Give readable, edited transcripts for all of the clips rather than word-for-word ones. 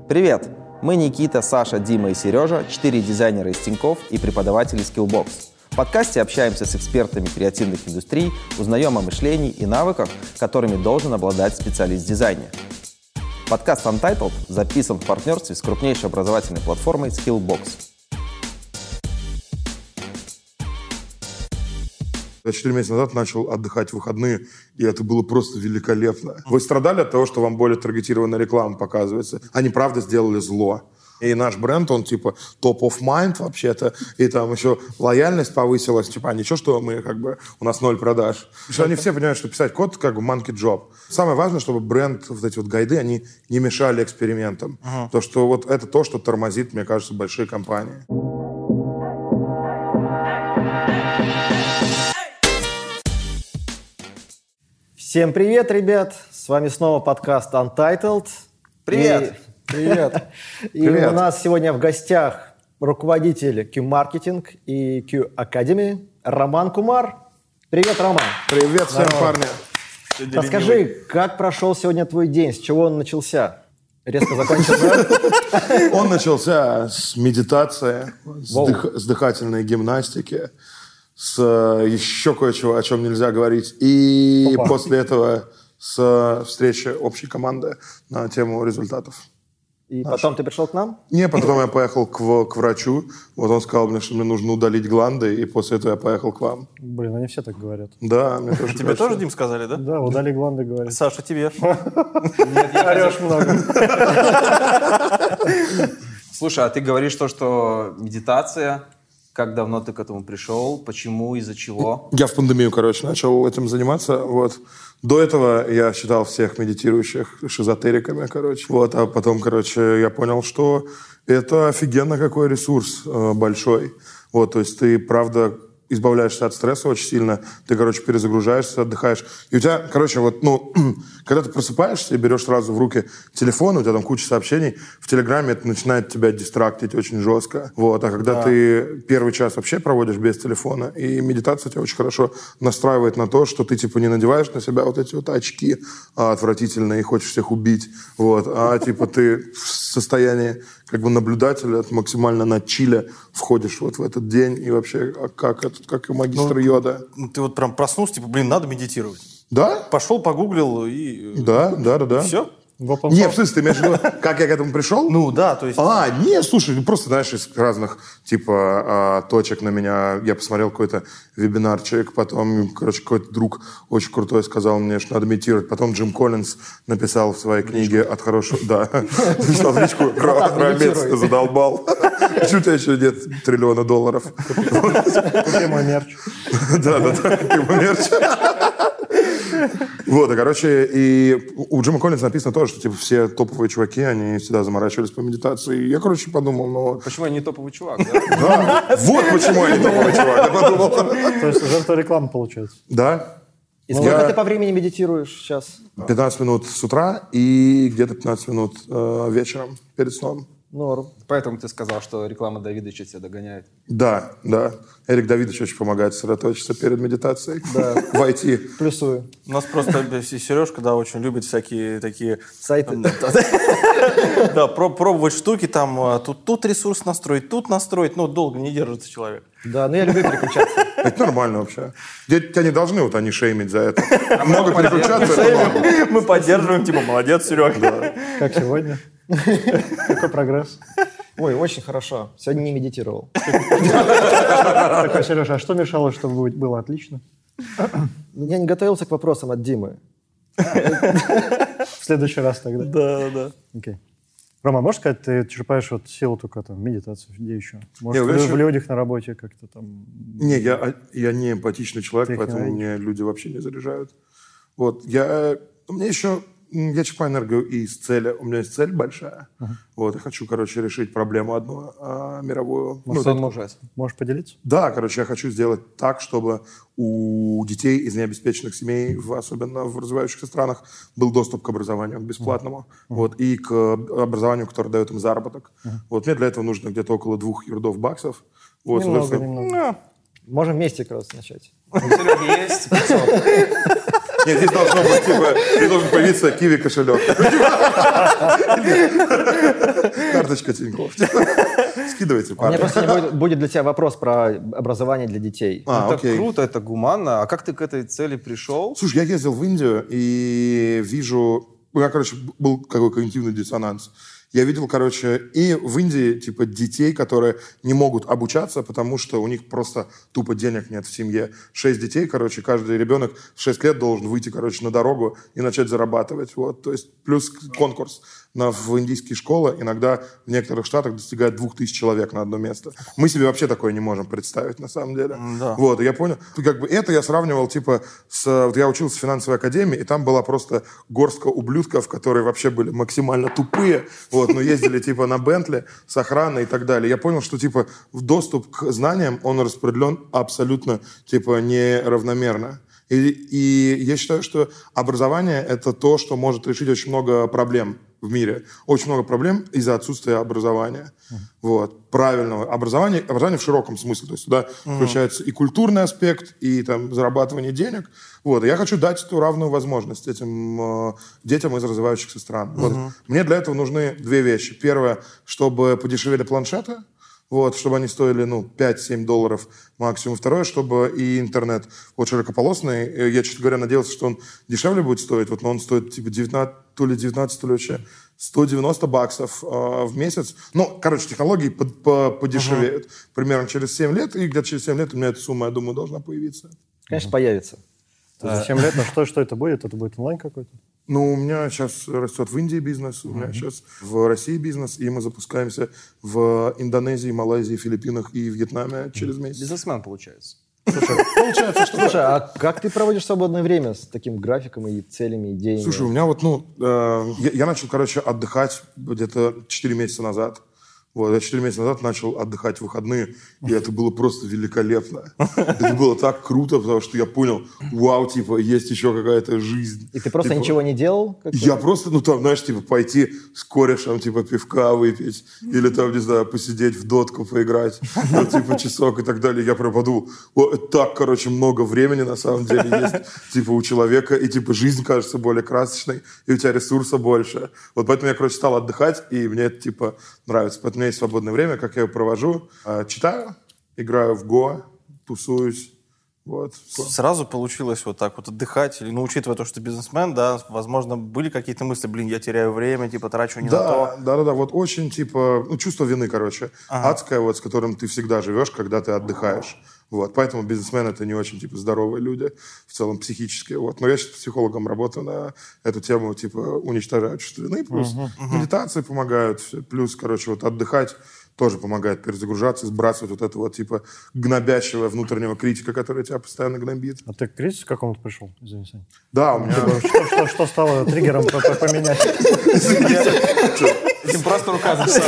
Привет! Мы Никита, Саша, Дима и Сережа, 4 дизайнера из Тинькофф и преподаватели Skillbox. В подкасте общаемся с экспертами креативных индустрий, узнаем о мышлении и навыках, которыми должен обладать специалист в дизайне. Подкаст Untitled записан в партнерстве с крупнейшей образовательной платформой Skillbox. Я 4 месяца назад начал отдыхать в выходные, и это было просто великолепно. Вы страдали от того, что вам более таргетированная реклама показывается? Они правда сделали зло. И наш бренд, он типа top of mind вообще-то, и там еще лояльность повысилась, типа, ничего, что мы у нас 0 продаж. Потому что они все понимают, что писать код monkey job. Самое важное, чтобы бренд, вот эти вот гайды, они не мешали экспериментам. То, что вот это то, что тормозит, мне кажется, большие компании. Всем привет, ребят! С вами снова подкаст Untitled. Привет! Привет! И у нас сегодня в гостях руководитель Q-маркетинг и Q-академии Роман Кумар. Привет, Роман! Привет всем, парни! Расскажи, как прошел сегодня твой день, с чего он начался? Резко закончился? Он начался с медитации, с дыхательной гимнастики, с еще кое-чего, о чем нельзя говорить. И после этого с встречи общей команды на тему результатов. И потом ты пришел к нам? Не, потом я поехал к врачу. Вот он сказал мне, что мне нужно удалить гланды, и после этого я поехал к вам. Блин, они все так говорят. Да, мне тоже. Тебе тоже, Дим, сказали, да? Да, удали гланды, говорят. Саша, тебе. Орешь много. Слушай, а ты говоришь что медитация... Как давно ты к этому пришел? Почему? Из-за чего? Я в пандемию, начал этим заниматься. Вот. До этого я считал всех медитирующих шизотериками, Вот. А потом, я понял, что это офигенно какой ресурс большой. Вот. То есть ты, правда, избавляешься от стресса очень сильно. Ты, перезагружаешься, отдыхаешь. И у тебя, когда ты просыпаешься и берешь сразу в руки телефон, у тебя там куча сообщений, в Телеграме это начинает тебя дистрактить очень жестко. Вот. А когда ты первый час вообще проводишь без телефона, и медитация тебя очень хорошо настраивает на то, что ты, не надеваешь на себя вот эти вот очки отвратительные и хочешь всех убить. Вот. А, ты в состоянии наблюдателя, максимально на чиле входишь вот в этот день, и вообще как и магистр Йода. Ты вот прям проснулся, надо медитировать. Да? Пошел, погуглил и... Да. Все? Нет, в смысле, ты имеешь в виду, как я к этому пришел? Ну да, то есть... Нет, слушай, просто, знаешь, из разных, точек на меня, я посмотрел какой-то вебинарчик, потом, какой-то друг очень крутой сказал мне, что надо медитировать, потом Джим Коллинз написал в своей книге «От хорошего...» Да, написал в личку «Ромец, ты задолбал». Почему у тебя еще нет $1 триллиона? Купи мой мерч. Да, купи мой мерч. Вот, и у Джима Коллинза написано тоже, что все топовые чуваки, они всегда заморачивались по медитации. И я, подумал, Почему я не топовый чувак, да? Да, вот почему я не топовый чувак, я подумал. То есть жертва рекламы получается. Да. И сколько ты по времени медитируешь сейчас? 15 минут с утра и где-то 15 минут вечером перед сном. Норм. Поэтому ты сказал, что реклама Давидыча тебя догоняет. Да. Эрик Давидович очень помогает сосредоточиться перед медитацией. Да. Войти. Плюсую. У нас просто Сережка, очень любит всякие такие... Сайты. Да, пробовать штуки, тут ресурс настроить, тут настроить, долго не держится человек. Да, я люблю переключаться. Это нормально вообще. Тебя не должны они шеймить за это. Много переключаться, это норм. Мы поддерживаем, молодец, Серега. Как сегодня? Какой прогресс? Ой, очень хорошо. Сегодня не медитировал. Такой, Сережа, а что мешало, чтобы было отлично? Я не готовился к вопросам от Димы. В следующий раз тогда. Да. Окей. Рома, можешь сказать, ты черпаешь силу только в медитации, где еще? Может, в людях на работе как-то там... Не, я не эмпатичный человек, поэтому мне люди вообще не заряжают. Вот, я черпаю энергию из цели. У меня есть цель большая. Вот, я хочу, решить проблему одну мировую. Можешь поделиться? Да, я хочу сделать так, чтобы у детей из необеспеченных семей, особенно в развивающихся странах, был доступ к образованию, к бесплатному. Вот, и к образованию, которое дает им заработок. Вот, мне для этого нужно где-то около $2 Вот, немного. Можем вместе как раз начать. У Сереги есть 500. Нет, здесь должно быть, здесь должен появиться Киви кошелек. Карточка Тинькофф. Скидывайте, парни. У меня просто будет для тебя вопрос про образование для детей. Это круто, это гуманно. А как ты к этой цели пришел? Слушай, я ездил в Индию и вижу... У меня, был какой когнитивный диссонанс. Я видел, и в Индии, детей, которые не могут обучаться, потому что у них просто тупо денег нет в семье. 6 детей, каждый ребенок в 6 лет должен выйти, на дорогу и начать зарабатывать. Вот. То есть плюс конкурс в индийские школы иногда в некоторых штатах достигает 2000 человек на одно место. Мы себе вообще такое не можем представить, на самом деле. Да. Вот, и я понял. Это я сравнивал, я учился в финансовой академии, и там была просто горстка ублюдков, которые вообще были максимально тупые, но ездили, на Бентли с охраной и так далее. Я понял, что, доступ к знаниям, он распределен абсолютно, неравномерно. И я считаю, что образование – это то, что может решить очень много проблем в мире. Очень много проблем из-за отсутствия образования. Вот. Правильного образования в широком смысле. То есть туда включается и культурный аспект, и зарабатывание денег. Вот. И я хочу дать эту равную возможность этим детям из развивающихся стран. Вот. Мне для этого нужны 2 вещи. Первое, чтобы подешевели планшеты. Вот, чтобы они стоили, $5-7 максимум. Второе, чтобы и интернет широкополосный. Я, честно говоря, надеялся, что он дешевле будет стоить, но он стоит 19, то ли вообще $190 в месяц. Технологии подешевеют. Примерно через 7 лет, и где-то через 7 лет у меня эта сумма, я думаю, должна появиться. Конечно, появится. За 7 лет, что это будет? Это будет онлайн какой-то? У меня сейчас растет в Индии бизнес, у меня сейчас в России бизнес, и мы запускаемся в Индонезии, Малайзии, Филиппинах и Вьетнаме через месяц. Бизнесмен, получается. Получается, что... Слушай, а как ты проводишь свободное время с таким графиком и целями, идеями? Слушай, у меня я начал, отдыхать где-то 4 месяца назад. Вот, я 4 месяца назад начал отдыхать в выходные, и это было просто великолепно. Это было так круто, потому что я понял, вау, есть еще какая-то жизнь. И ты просто ничего не делал? Я просто, пойти с корешем, пивка выпить, или не знаю, посидеть в дотку, поиграть, часок и так далее. Я прям подумал, так, много времени на самом деле есть, у человека, и, жизнь кажется более красочной, и у тебя ресурса больше. Вот поэтому я, стал отдыхать, и мне это, нравится. Поэтому у меня есть свободное время, как я его провожу. Читаю, играю в Go, тусуюсь. Вот. Сразу получилось вот так вот отдыхать? Или, учитывая то, что ты бизнесмен, да, возможно, были какие-то мысли, я теряю время, трачу не на то? Да, вот очень, чувство вины, адское, с которым ты всегда живешь, когда ты отдыхаешь. Вот. Поэтому бизнесмены — это не очень, здоровые люди, в целом психические. Вот. Но я сейчас психологом работаю на эту тему, уничтожаю чувство вины, плюс медитации помогают, плюс, отдыхать тоже помогает перезагружаться, сбрасывать гнобящего внутреннего критика, который тебя постоянно гнобит. А ты к кризису какому-то пришел? Извини, Сань. Да, у меня... Что стало триггером поменять? Этим просто рука зашла.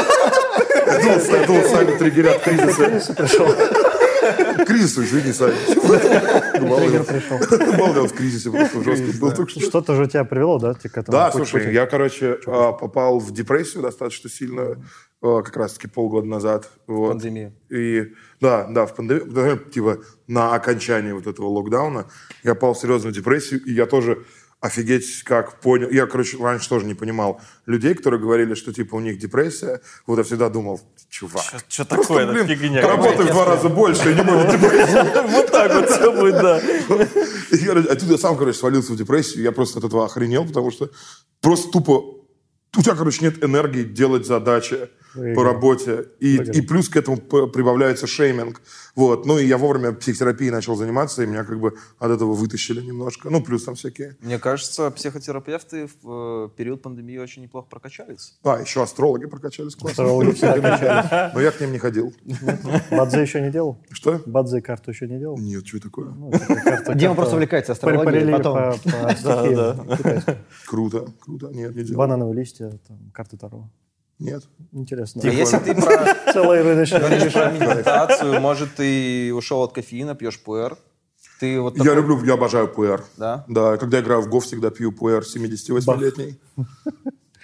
Я думал, Саня триггерят кризиса. К кризису пришел. К кризису, извини, Саня. Триггер пришел. Балдел в кризисе просто жестко был только что. Что-то же тебя привело, да? К этому? Да, слушай, я, попал в депрессию достаточно сильно, как раз-таки полгода назад. Вот. Пандемия. И да, в пандемию, на окончании этого локдауна я попал в серьезную депрессию, и я тоже офигеть как понял. Я, раньше тоже не понимал людей, которые говорили, что, у них депрессия. Вот я всегда думал, чувак. Что такое, это фигня. Работай в 2 раза больше, и не будет депрессии. Вот так вот все будет, да. Оттуда я сам, свалился в депрессию. Я просто от этого охренел, потому что просто тупо у тебя, нет энергии делать задачи по работе. И плюс к этому прибавляется шейминг. Вот. И я вовремя психотерапией начал заниматься, и меня от этого вытащили немножко. Плюс там всякие. Мне кажется, психотерапевты в период пандемии очень неплохо прокачались. Да, еще астрологи прокачались классно. Астрологи все прокачались. Но я к ним не ходил. Бадзе еще не делал? Что? Бадзе карту еще не делал? Нет, что такое? Дима просто увлекается астрологией, потом... Круто. Нет, не делал. Банановые листья, карты Таро. Нет. Интересно. А если ты про целый рыночный медитацию, может, ты ушел от кофеина, пьешь пуэр? Я обожаю пуэр. Да? Да, когда играю в Go, всегда пью пуэр 78-летний.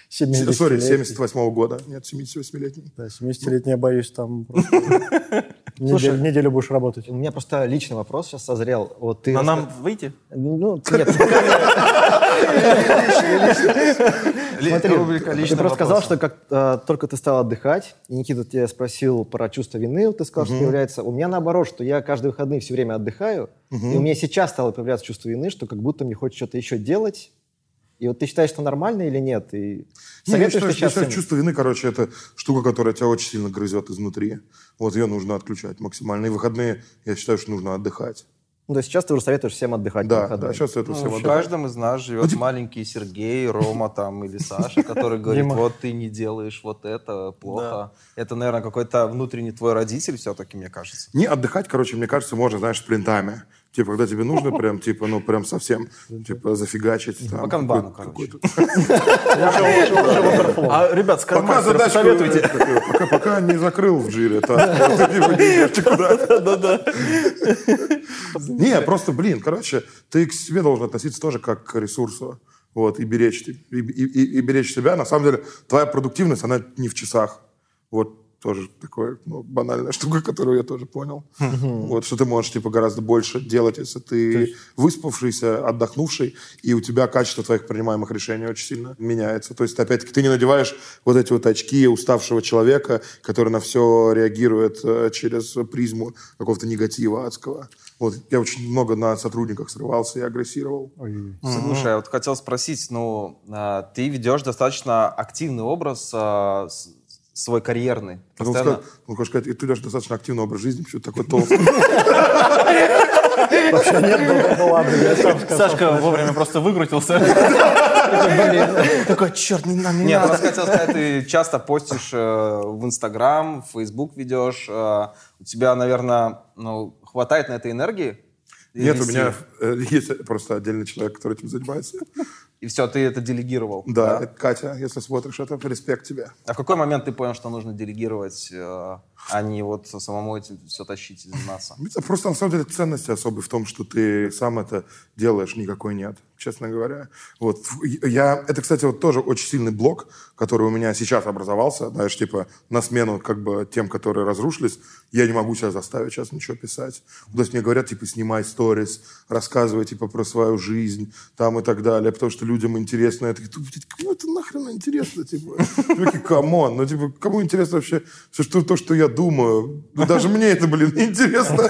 78-го года. Нет, 78-летний. Да, 70-летний, я боюсь, там Слушай, неделю будешь работать. У меня просто личный вопрос сейчас созрел. Вот ты нам выйти? Ну, нет. Смотри, ты просто сказал, что как только ты стал отдыхать, и Никита тебя спросил про чувство вины, ты сказал, что появляется. У меня наоборот, что я каждые выходные все время отдыхаю, и у меня сейчас стало появляться чувство вины, что как будто мне хочется что-то еще делать. И вот ты считаешь, что нормально или нет? И я считаю, чувство вины, короче, это штука, которая тебя очень сильно грызет изнутри. Вот ее нужно отключать максимально. И в выходные, я считаю, что нужно отдыхать. Ну, то есть сейчас ты уже советуешь всем отдыхать. Да, сейчас это всем В отдыхать. каждом из нас живет маленький Сергей, Рома там или Саша, который говорит, вот ты не делаешь вот это, плохо. Это, наверное, какой-то внутренний твой родитель все-таки, мне кажется. Не отдыхать, короче, мне кажется, можно, знаешь, спринтами. Типа, когда тебе нужно прям, типа, ну, прям совсем, типа, зафигачить. Там, по канбану, короче. А, ребят, с кармастером советуйте. Пока не закрыл в жире, ты не идешь куда-то. Не, просто, короче, ты к себе должен относиться тоже как к ресурсу. Вот, и беречь себя. На самом деле, твоя продуктивность, она не в часах. Вот. Тоже такая банальная штука, которую я тоже понял. Вот, что ты можешь типа гораздо больше делать, если ты выспавшийся, отдохнувший, и у тебя качество твоих принимаемых решений очень сильно меняется. То есть, опять-таки, ты не надеваешь вот эти вот очки уставшего человека, который на все реагирует через призму какого-то негатива адского. Вот, я очень много на сотрудниках срывался и агрессировал. Слушай, я вот хотел спросить, ты ведешь достаточно активный образ свой карьерный. Постоянно... Хочешь сказать, и ты ведешь достаточно активный образ жизни, почему-то такой толстый. Вообще нет, ну ладно, я сам сказал. Сашка вовремя просто выкрутился. Такой, черт, не надо. Нет, просто хотел сказать, ты часто постишь в Инстаграм, в Фейсбук ведешь. У тебя, наверное, хватает на это энергии? Нет, у меня есть просто отдельный человек, который этим занимается. И все, ты это делегировал? Да, это Катя, если смотришь, это респект тебе. А в какой момент ты понял, что нужно делегировать, а не вот самому этим все тащить и заниматься? Это просто, на самом деле, ценности особой в том, что ты сам это делаешь, никакой нет, честно говоря. Вот. Это, кстати, вот тоже очень сильный блок, который у меня сейчас образовался, знаешь, типа на смену как бы тем, которые разрушились, я не могу себя заставить сейчас ничего писать. То есть мне говорят, типа, снимай сторис, рассказывай, типа, про свою жизнь, там и так далее, потому что людям интересно. Я такой, кому это нахрен интересно, типа? Камон, ну, типа, кому интересно вообще все то, что я думаю? Ну, даже мне это, не интересно.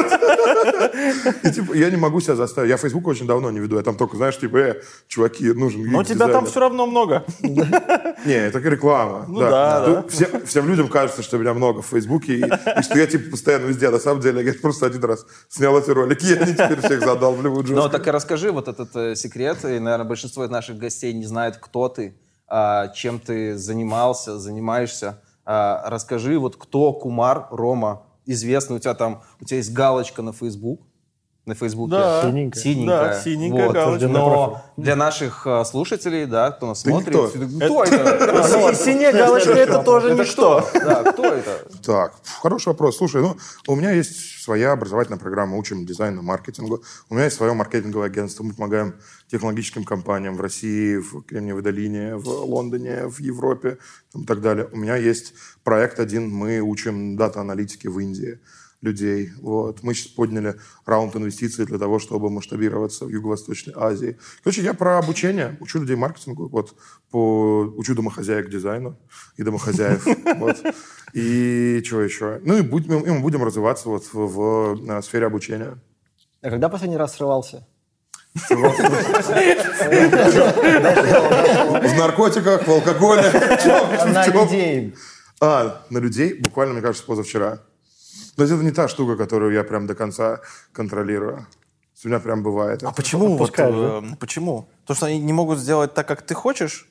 И, типа, я не могу себя заставить. Я Facebook очень давно не веду. Я там только, знаешь, типа, чуваки, нужен UX-дизайнер. Но тебя там все равно много. Не, это реклама. Ну да. Всем людям кажется, что меня много в Фейсбуке, и что я, типа, постоянно везде. На самом деле, я просто один раз снял эти ролики, и они теперь всех задалбливают жестко. Ну, так и расскажи вот этот секрет. И, наверное, большинство из наших гостей не знает, кто ты, чем ты занимаешься. Расскажи, вот кто Кумар Рома, известный, у тебя есть галочка на Facebook. На Фейсбуке. Да. Синенькая. Да, синенькая вот. галочка. Но для наших слушателей, да, кто нас смотрит, кто? Кто это? Синяя галочка — это тоже ничто. Да, кто это? Так, хороший вопрос. Слушай, у меня есть своя образовательная программа, учим дизайну, маркетингу. У меня есть свое маркетинговое агентство. Мы помогаем технологическим компаниям в России, в Кремниевой долине, в Лондоне, в Европе и так далее. У меня есть проект один, мы учим дата-аналитики в Индии людей. Вот. Мы сейчас подняли раунд инвестиций для того, чтобы масштабироваться в Юго-Восточной Азии. Короче, я про обучение. Учу людей маркетингу. Вот. Учу домохозяек дизайну и домохозяев. Вот. И чего еще? Ну и мы будем развиваться вот в сфере обучения. А когда последний раз срывался? В наркотиках, в алкоголе. На людей. На людей буквально, мне кажется, позавчера. Но это не та штука, которую я прям до конца контролирую. У меня прям бывает. А почему? Почему? То, что они не могут сделать так, как ты хочешь?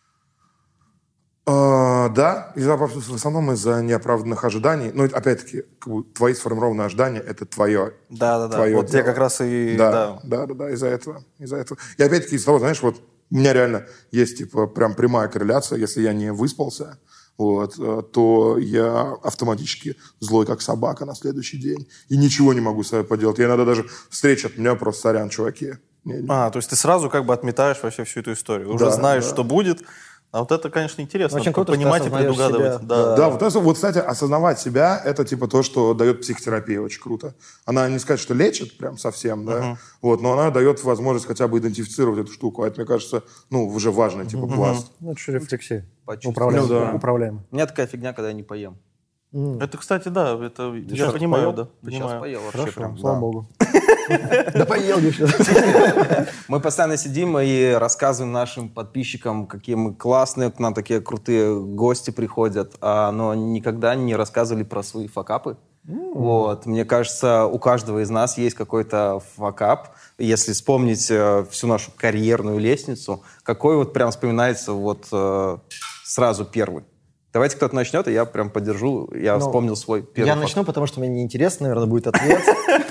Да, в основном из-за неоправданных ожиданий. Но опять-таки, твои сформированные ожидания — это твое. Да. Вот те как раз и... Да, из-за этого. И опять-таки из-за того, знаешь, вот у меня реально есть типа прям прямая корреляция. Если я не выспался, то я автоматически злой, как собака на следующий день. И ничего не могу с собой поделать. Я иногда даже встреча от меня просто сорян, чуваки. То есть ты сразу как бы отметаешь вообще всю эту историю. Уже знаешь, что будет, А вот это, конечно, интересно. Очень круто, понимать и что осознаешь предугадывать. себя. Да. Да, вот, это, вот, кстати, осознавать себя, это типа то, что дает психотерапия, очень круто. Она не сказать, что лечит прям совсем, да, вот, но она дает возможность хотя бы идентифицировать эту штуку. А это, мне кажется, ну, уже важный типа пласт. Ну, это же рефлексия. Почувствовать. Управляемо. У меня такая фигня, когда я не поем. Это, кстати, да, это я сейчас понимаю, поел? да. Ты сейчас Понимаю. поел вообще Хорошо, прям. слава богу. Да поел еще. Мы постоянно сидим и рассказываем нашим подписчикам, какие мы классные, к нам такие крутые гости приходят, но никогда не рассказывали про свои факапы. Вот. Мне кажется, у каждого из нас есть какой-то факап. Если вспомнить всю нашу карьерную лестницу, какой вот прям вспоминается вот сразу первый? Давайте кто-то начнет, и я прям поддержу. Я вспомнил свой первый Я факап. начну, потому что мне неинтересно, наверное, будет ответ.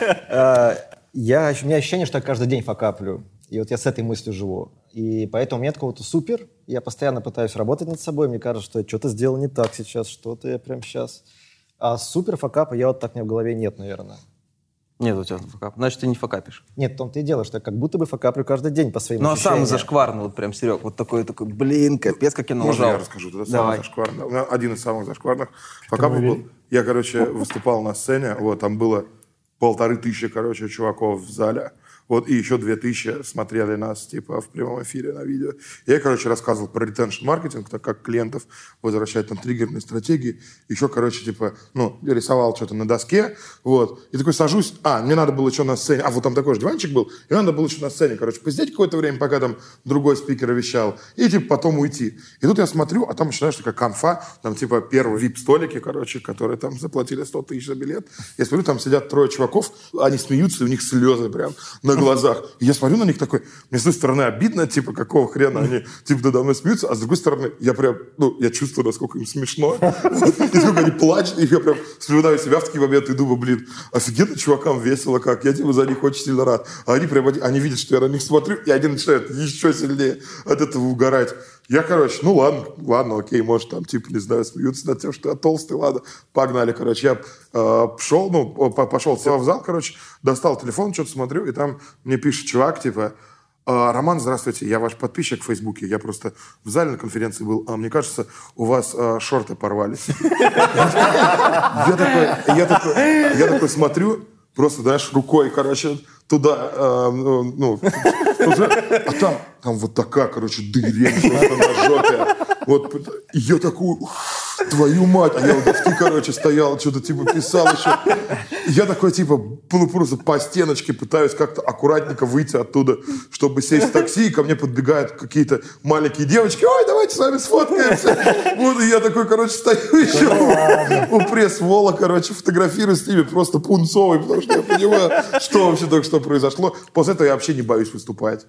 У меня ощущение, что я каждый день факаплю. И вот я с этой мыслью живу. И поэтому у меня такого-то супер. Я постоянно пытаюсь работать над собой. Мне кажется, что я что-то сделал не так сейчас, что-то я прям сейчас. А супер факапа я вот так у меня в голове нет, наверное. Нет у тебя факап. Значит, ты не факапишь. Нет, в том-то и дело, что я как будто бы факаплю каждый день по своим Ну, а ощущениям. самый зашкварный, вот прям, Серег, вот такой, блин, капец, как я Можно налажал. я расскажу? Это Давай. самый зашкварный. У меня один из самых зашкварных факапов был. Я, короче, выступал на сцене, вот, там было 1500, короче, чуваков в зале. Вот, и еще 2000 смотрели нас, типа, в прямом эфире на видео. Я, короче, рассказывал про ретеншн-маркетинг, так как клиентов возвращать на триггерные стратегии. Еще, короче, типа, ну, рисовал что-то на доске, вот. И такой сажусь, мне надо было еще на сцене, вот там такой же диванчик был, и надо было еще на сцене, короче, посидеть какое-то время, пока там другой спикер вещал, и, типа, потом уйти. И тут я смотрю, а там начинаешь такая конфа, там, типа, первые вип-столики, короче, которые там заплатили 100 тысяч за билет. Я смотрю, там сидят 3 чуваков, они смеются, и у них слезы прям на глазах. И я смотрю на них такой, мне с одной стороны обидно, типа, какого хрена они, типа, надо мной смеются, а с другой стороны, я прям, я чувствую, насколько им смешно. И сколько они плачут, и я прям вспоминаю себя в такие моменты и думаю, блин, офигенно чувакам весело как, я, типа, за них очень сильно рад. А они прям, они видят, что я на них смотрю, и они начинают еще сильнее от этого угорать. Я, короче, ну ладно, окей, может, там, типа, не знаю, смеются над тем, что я толстый, ладно, погнали, короче. Я пошел в зал, короче, достал телефон, что-то смотрю, и там мне пишет чувак, типа, Роман, здравствуйте, я ваш подписчик в Фейсбуке, я просто в зале на конференции был, мне кажется, у вас шорты порвались. Я такой смотрю, просто, знаешь, рукой, короче, туда, а там вот такая, короче, дырень просто на жопе. Вот, и я такой, твою мать, а я у доски, короче, стоял, что-то, типа, писал еще. И я такой, типа, просто по стеночке пытаюсь как-то аккуратненько выйти оттуда, чтобы сесть в такси, и ко мне подбегают какие-то маленькие девочки, ой, давайте с вами сфоткаемся. Вот, и я такой, короче, стою еще у пресс-вола, короче, фотографируюсь с ними, просто пунцовый, потому что я понимаю, что вообще только что произошло. После этого я вообще не боюсь выступать.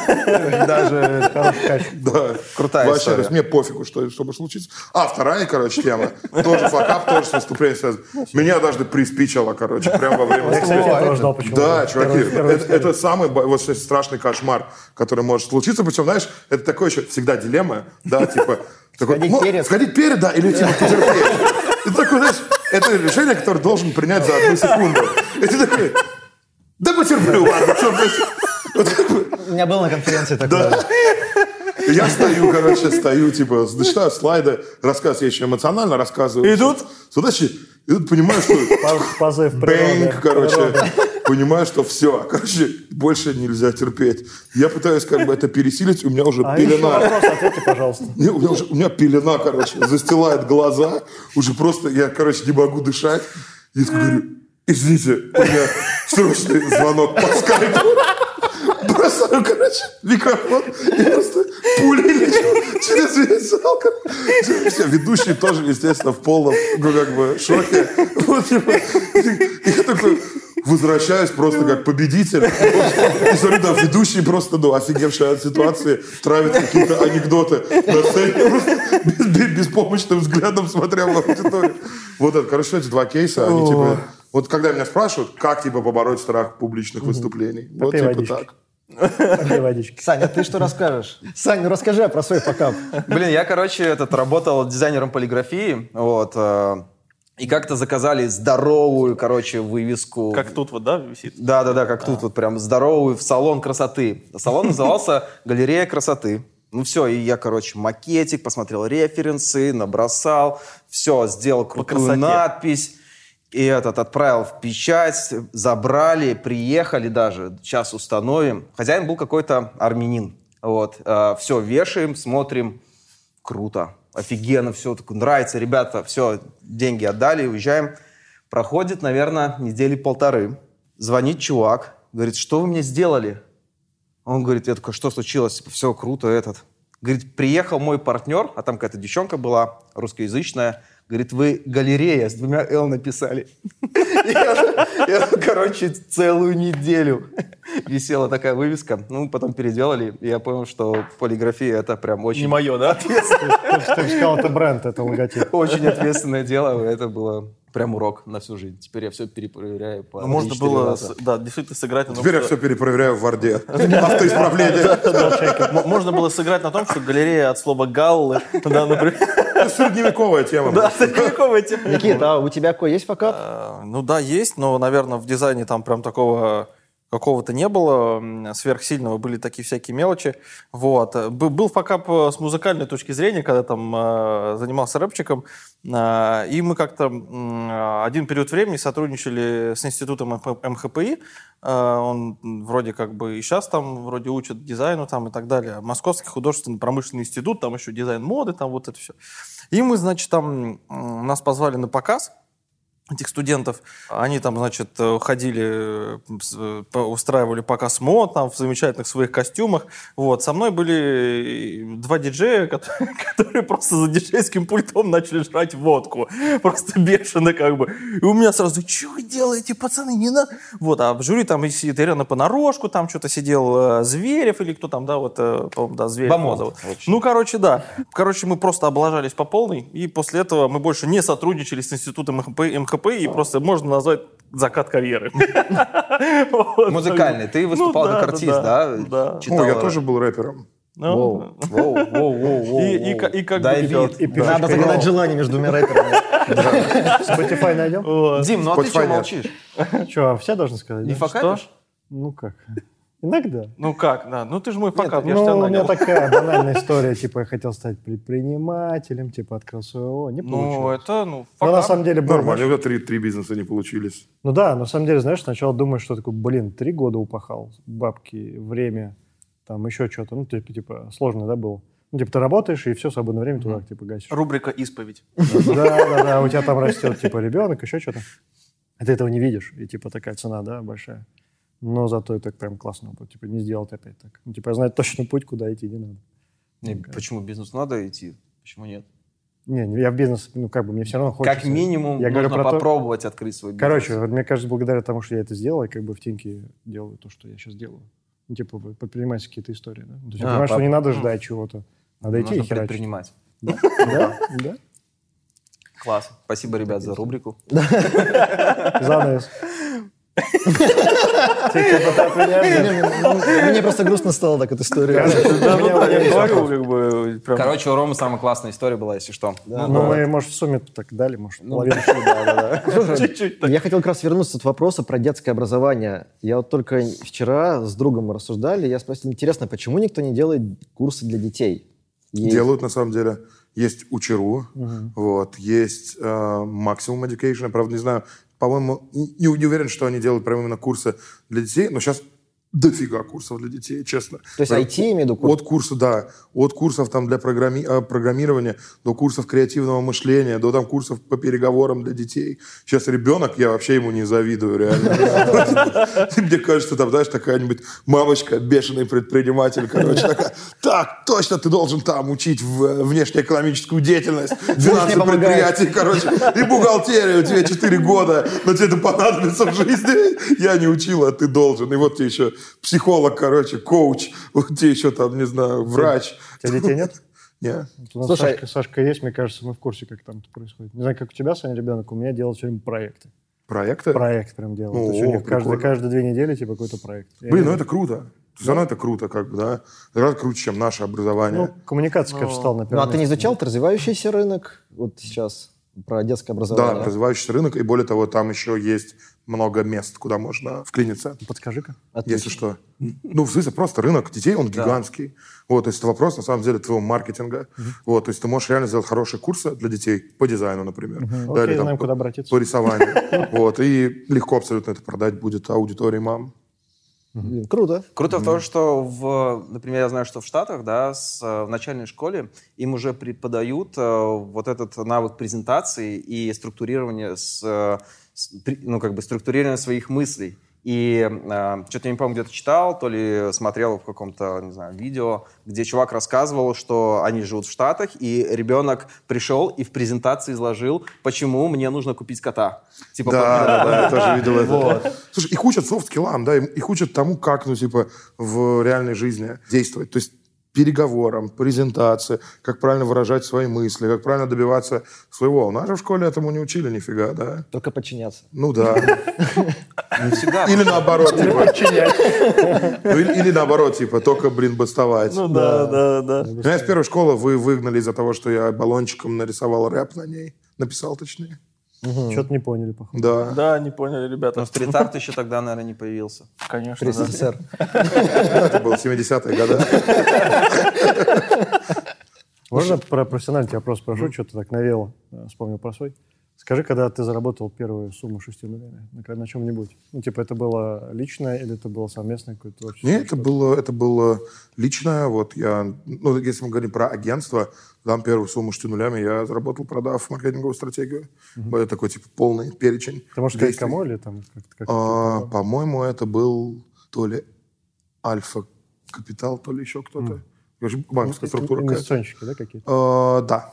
Даже хороший качество. Да. Крутая Вообще, история. то есть мне пофигу, что бы случится. Вторая, короче, тема. Тоже факап, тоже с выступлением связан. Меня однажды приспичило, короче, прямо во время Я, кстати, выступления. тоже ждал, почему. Да, чуваки, Первая история. это самый вот, страшный кошмар, который может случиться. Причем, знаешь, это такое еще всегда дилемма, да, типа... Сходить перед, да, или типа потерпеть. И такой, знаешь, это решение, которое должен принять за 1 секунду. И ты такой, да потерплю, ладно, что происходит? У меня было на конференции такое. Да. Я стою, типа, читаю слайды, рассказываю, я еще эмоционально рассказываю. Идут? Задачи, понимаю, что... Позыв Бэнг, короче. Понимаю, что все, короче, больше нельзя терпеть. Я пытаюсь как бы это пересилить, у меня уже А еще пелена. вопрос, ответьте, пожалуйста. У меня пелена, короче, застилает глаза. Уже просто, я, короче, не могу дышать. Я такой говорю, извините, у меня срочный звонок по скайпу. Бросаю, короче, микрофон и просто пулей лечу через весь зал. Все, ведущие тоже, естественно, в полном, шоке. Вот, типа, я такой возвращаюсь просто как победитель. И смотрю, там ведущие просто, офигевшие от ситуации, травят какие-то анекдоты на сцене, просто беспомощным взглядом смотря в аудиторию. Вот это, короче, эти 2 кейса, они типа... Вот когда меня спрашивают, как, типа, побороть страх публичных выступлений. Вот, Попей типа, водички. так. Попей водички. Саня, ты что расскажешь? Саня, расскажи про свой факап. Блин, я, короче, работал дизайнером полиграфии, вот, и как-то заказали здоровую, короче, вывеску. Как тут вот, да, висит? Да, как тут вот прям здоровую в салон красоты. Салон назывался «Галерея красоты». Ну все, и я, короче, макетик, посмотрел референсы, набросал, все, сделал крутую надпись. И отправил в печать, забрали, приехали даже, сейчас установим. Хозяин был какой-то армянин. Вот, все, вешаем, смотрим, круто, офигенно, все, нравится, ребята, все, деньги отдали, уезжаем. Проходит, наверное, недели 1.5. Звонит чувак, говорит, что вы мне сделали? Он говорит, я такой, что случилось? Все круто, Говорит, приехал мой партнер, а там какая-то девчонка была, русскоязычная. Говорит, вы галерея с 2 «Л» написали. Я, короче, целую неделю висела такая вывеска. Ну, потом переделали, и я понял, что полиграфия — это прям очень... Не мое, да? Ты сказал, это бренд, это логотип. Очень ответственное дело, это было прям урок на всю жизнь. Теперь я все перепроверяю по 3-4 Можно было, раза. да, действительно сыграть на том, Теперь я что... все перепроверяю в Варде. Автоисправление. Можно было сыграть на том, что галерея от слова «галлы», да, например. Это средневековая тема. Да, средневековая тема. Никита, а у тебя какой есть факап? Ну да, есть, но, наверное, в дизайне там прям такого какого-то не было сверхсильного, были такие всякие мелочи. Вот. Был факап с музыкальной точки зрения, когда там занимался рэпчиком, и мы как-то один период времени сотрудничали с институтом МХПИ. Он вроде как бы и сейчас там вроде учат дизайну там и так далее. Московский художественно-промышленный институт, там еще дизайн моды, там вот это все. И мы, значит, там нас позвали на показ этих студентов. Они там, значит, ходили, устраивали показ мод там, в замечательных своих костюмах. Вот. Со мной были 2 диджея, которые просто за диджейским пультом начали жрать водку. Просто бешено как бы. И у меня сразу, что вы делаете, пацаны, не надо. Вот. А в жюри там сидит Ирина Понарошку, там что-то сидел Зверев или кто там, да, вот, по-моему, да, Зверев. Бомон. Ну, короче, да. Короче, мы просто облажались по полной, и после этого мы больше не сотрудничали с институтом МХП, и просто можно назвать закат карьеры. Музыкальный. Ты выступал как артист, да? Да. О, я тоже был рэпером. Воу. И как бы... Надо загадать желание между 2 рэперами. Spotify найдем? Дим, ну а ты Spotify что нет. молчишь? Что, все должны сказать? Не да? факапишь? Ну как? Иногда. Ну как, да. Ну ты же мой факап, я Ну, же тебя у меня нанял. такая банальная история, типа, я хотел стать предпринимателем, типа, открыл СОО, не Ну, получилось. это, Но на самом деле был, Нормально, знаешь, у меня 3 бизнеса не получились. ну да, на самом деле, знаешь, сначала думаешь, что такое, 3 года упахал, бабки, время, там еще что-то, ну, типа, сложно, да, было. Ну, типа, ты работаешь, и все свободное время туда, типа, гасишь. Рубрика «Исповедь». Да, у тебя там растет, типа, ребенок, еще что-то. А ты этого не видишь, и, типа, такая цена, да, большая. Но зато это прям классно, типа, не сделать опять так. Ну, типа, знать точно путь, куда идти не надо. Почему бизнесу надо идти? Почему нет? Не, я в бизнес, ну, как бы, мне все равно хочется. Как минимум Я говорю нужно про то- попробовать открыть свой бизнес. Короче, вот мне кажется, благодаря тому, что я это сделал, я как бы в Тиньке делаю то, что я сейчас делаю. Ну, типа, предпринимательские какие-то истории, да? То есть я понимаю, что не надо ждать чего-то. Надо идти и Нужно херачить. предпринимать. Да? Класс. Спасибо, ребят, за рубрику. Занавес. Мне просто грустно стало так, эта история. Я говорю, как бы... прям- Короче, у Ромы самая классная история была, если что. Ну, мы, может, в сумме так дали, может, половину. Чуть-чуть так. Я хотел как раз вернуться от вопроса про детское образование. Я вот только вчера с другом мы рассуждали, я спросил, интересно, почему никто не делает курсы для детей? Делают, на самом деле. Есть Учеру, вот, есть Maximum Education, правда, не знаю, по-моему, не уверен, что они делают прямо именно курсы для детей, но сейчас дофига курсов для детей, честно. То есть IT, я имею в виду, курс? От курса, да. От курсов там для программирования до курсов креативного мышления, до там курсов по переговорам для детей. Сейчас ребенок, я вообще ему не завидую, реально. Мне кажется, там, знаешь, такая-нибудь мамочка, бешеный предприниматель, короче, такая, так, точно, ты должен там учить внешнеэкономическую деятельность, финансы предприятий, короче, и бухгалтерию, тебе 4 года, но тебе это понадобится в жизни. Я не учил, а ты должен. И вот тебе еще психолог, короче, коуч, вот тебе еще там, не знаю, врач. У тебя детей нет? Нет. У нас Слушай, Сашка есть, мне кажется, мы в курсе, как там это происходит. Не знаю, как у тебя, Саня, ребенок, у меня делают все время проекты. Проекты? Проект прям делают. О, То есть у них прикольно. каждые 2 недели типа какой-то проект. Блин, ну это круто. Все равно это круто, как бы, да. Гораздо круче, чем наше образование. Ну, коммуникация, конечно, стала на Ну, первом а ты не месте. изучал, это развивающийся рынок вот сейчас? про детское Да, образование. развивающийся рынок, и более того, там еще есть много мест, куда можно вклиниться. Подскажи-ка. Если что. Ну, в смысле, просто рынок детей, он гигантский. Вот, то есть это вопрос, на самом деле, твоего маркетинга. Вот, то есть ты можешь реально сделать хорошие курсы для детей по дизайну, например. Да, Окей, или там знаем, куда обратиться. по рисованию. Вот, и легко абсолютно это продать будет аудитории мам. Блин, круто. Круто в том, что, например, я знаю, что в Штатах, да, в начальной школе им уже преподают вот этот навык презентации и структурирования, структурирования своих мыслей. И что-то я не помню, где-то читал, то ли смотрел в каком-то, не знаю, видео, где чувак рассказывал, что они живут в Штатах, и ребенок пришел и в презентации изложил, почему мне нужно купить кота. Типа, Да, я тоже видел это. Слушай, их учат софт-скиллам, да, их учат тому, как, в реальной жизни действовать. То есть переговорам, презентации, как правильно выражать свои мысли, как правильно добиваться своего. У нас же в школе этому не учили нифига, да? Только подчиняться. Ну да. Не всегда. Или наоборот, или наоборот, только, бастовать. Ну да. Меня из первой школы вы выгнали из-за того, что я баллончиком нарисовал рэп на ней. Написал, точнее. Что-то не поняли, походу. Да. Да, не поняли, ребята. Но стрит-арт еще тогда, наверное, не появился. Конечно, При да. СССР. Это было 70-е годы. Можно про профессиональный тебя вопрос спрошу? Что-то так навело. Вспомнил про свой. Скажи, когда ты заработал первую сумму 6 нулями на чем-нибудь? Это было личное или это было совместное какое-то творчество? Нет, это было личное. Вот я, если мы говорим про агентство, там первую сумму 6 нулями я заработал, продав маркетинговую стратегию. Это такой, полный перечень. Ты можешь сказать, действий. кому или там? По-моему, это был то ли Альфа Капитал, то ли еще кто-то. Короче, банковская структура какая-то. Инвестиционщики, да, какие-то? Да.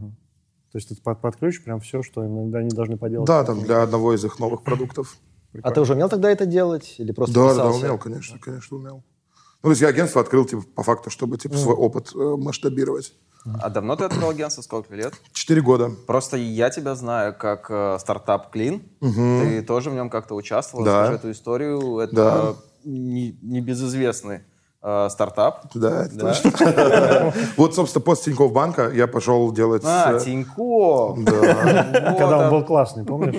То есть ты под ключ прям все, что они должны поделать? Да, там для одного из их новых продуктов. А ты уже умел тогда это делать? Или просто Да, писался? умел, конечно умел. То есть я агентство открыл, по факту, чтобы, свой опыт масштабировать. А давно ты открыл агентство? Сколько лет? 4 года. Просто я тебя знаю как стартап Clean. Ты тоже в нем как-то участвовал. Да. Расскажи эту историю. Это Да. небезызвестный стартап. Да, это точно. Вот, собственно, после Тинькофф банка я пошел делать... Тинькофф. Да. Когда он был классный, помнишь?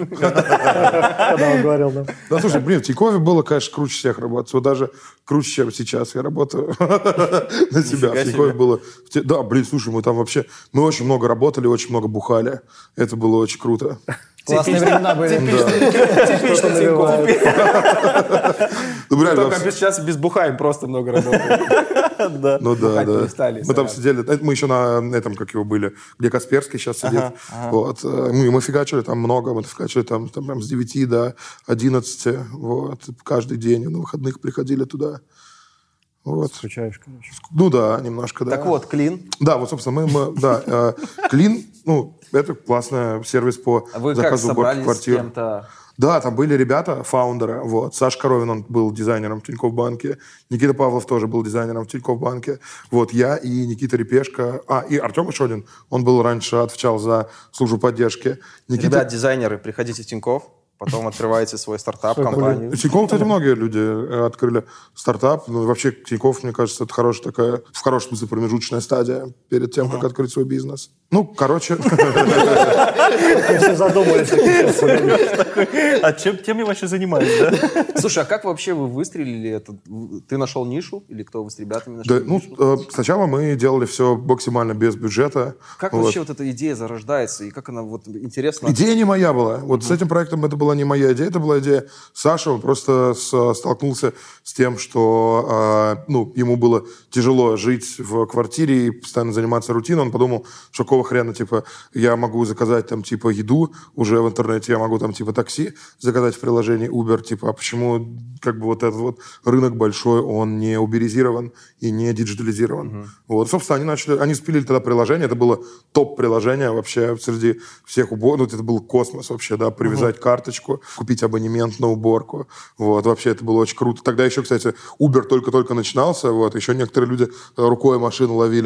Когда он говорил, да. Да, слушай, в Тинькове было, конечно, круче всех работать. Вот даже круче, чем сейчас я работаю на себя. В Тинькове было... Да, слушай, мы там вообще... Мы очень много работали, очень много бухали. Это было очень круто. Классные времена были. Типично Тинькофф. Только сейчас без бухаем просто много работаем. Ну да. перестали, Мы там сидели, мы еще на этом, как его были, где Касперский сейчас сидит. Вот. Мы фигачили там много, мы фигачили там прям с 9 до 11. Вот. Каждый день на выходных приходили туда. Вот. Скучаешь, короче. Ну да, немножко, да. Так вот, Clean. Да, вот, собственно, да, Clean, это классный сервис по А вы как заказу уборки собрались с квартир. кем-то? Да, там были ребята, фаундеры. Вот. Саша Коровин, он был дизайнером в Тинькофф банке. Никита Павлов тоже был дизайнером в Тинькофф банке. Вот я и Никита Репешко. И Артем еще один. Он был раньше, отвечал за службу поддержки. Ребят, дизайнеры, приходите в Тинькофф, потом открываете свой стартап, компанию. Тинькофф, кстати, многие люди открыли стартап. Вообще, Тинькофф, мне кажется, это хорошая такая, в хорошем смысле, промежуточная стадия перед тем, как открыть свой бизнес. Короче... Все задумались. А чем я вообще занимаюсь, да? Слушай, а как вообще вы выстрелили это? Ты нашел нишу? Или кто вы с ребятами Да, нашли нишу? сначала мы делали все максимально без бюджета. Как вообще вот эта идея зарождается? И как она, интересно... Идея не моя была. Вот с этим проектом это была не моя идея, это была идея Саши. Он просто столкнулся с тем, что ему было тяжело жить в квартире и постоянно заниматься рутиной. Он подумал, что какого хрена, я могу заказать там, еду уже в интернете, я могу там, такси заказать в приложении Uber, а почему, вот этот вот рынок большой, он не уберизирован и не диджитализирован. Вот, собственно, они спилили тогда приложение, это было топ-приложение вообще среди всех уборок, это был космос вообще, да, привязать карточку, купить абонемент на уборку, вот, вообще это было очень круто. Тогда еще, кстати, Uber только-только начинался, вот, еще некоторые люди рукой машину ловили.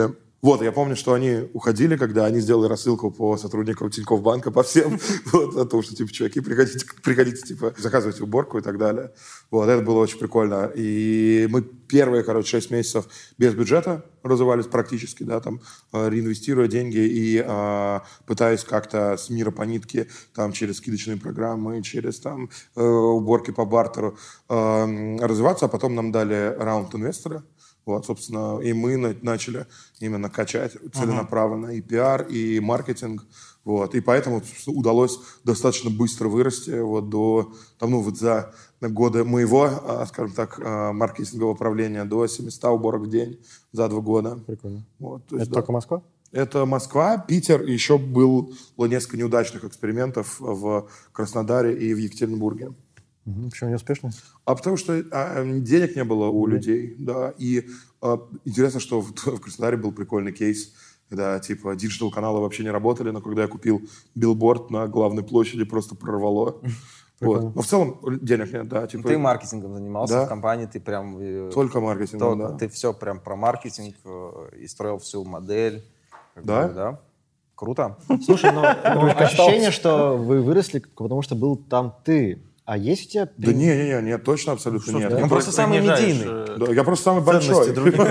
Вот, я помню, что они уходили, когда они сделали рассылку по сотрудникам Тинькофф банка, по всем, вот, о том, что, типа, чуваки, приходите, типа, заказывайте уборку и так далее. Вот, это было очень прикольно. И мы первые, 6 месяцев без бюджета развивались практически, да, там, реинвестируя деньги и пытаясь как-то с мира по нитке, там, через скидочные программы, через, там, уборки по бартеру развиваться, а потом нам дали раунд инвестора. Вот, собственно, и мы начали именно качать целенаправленно и пиар, и маркетинг. Вот, и поэтому удалось достаточно быстро вырасти вот до, там, ну, вот за годы моего, скажем так, маркетингового управления до 700 уборок в день за 2 года. Прикольно. Вот, то есть, Это только Москва? Это Москва, Питер, и еще было несколько неудачных экспериментов в Краснодаре и в Екатеринбурге. Почему не успешно? А потому что денег не было у людей, да. И интересно, что в Краснодаре был прикольный кейс, когда типа диджитал-каналы вообще не работали, но когда я купил билборд на главной площади, просто прорвало. Вот. Но в целом денег нет, да. Типа, ты маркетингом занимался, да? В компании, ты прям... Только маркетингом, да. Ты все прям про маркетинг и строил всю модель. Да? Да? Круто. Слушай, но ощущение, что вы выросли, потому что был там ты. А есть у тебя... Да нет, точно абсолютно нет. Он просто самый медийный. Да, я просто самый большой.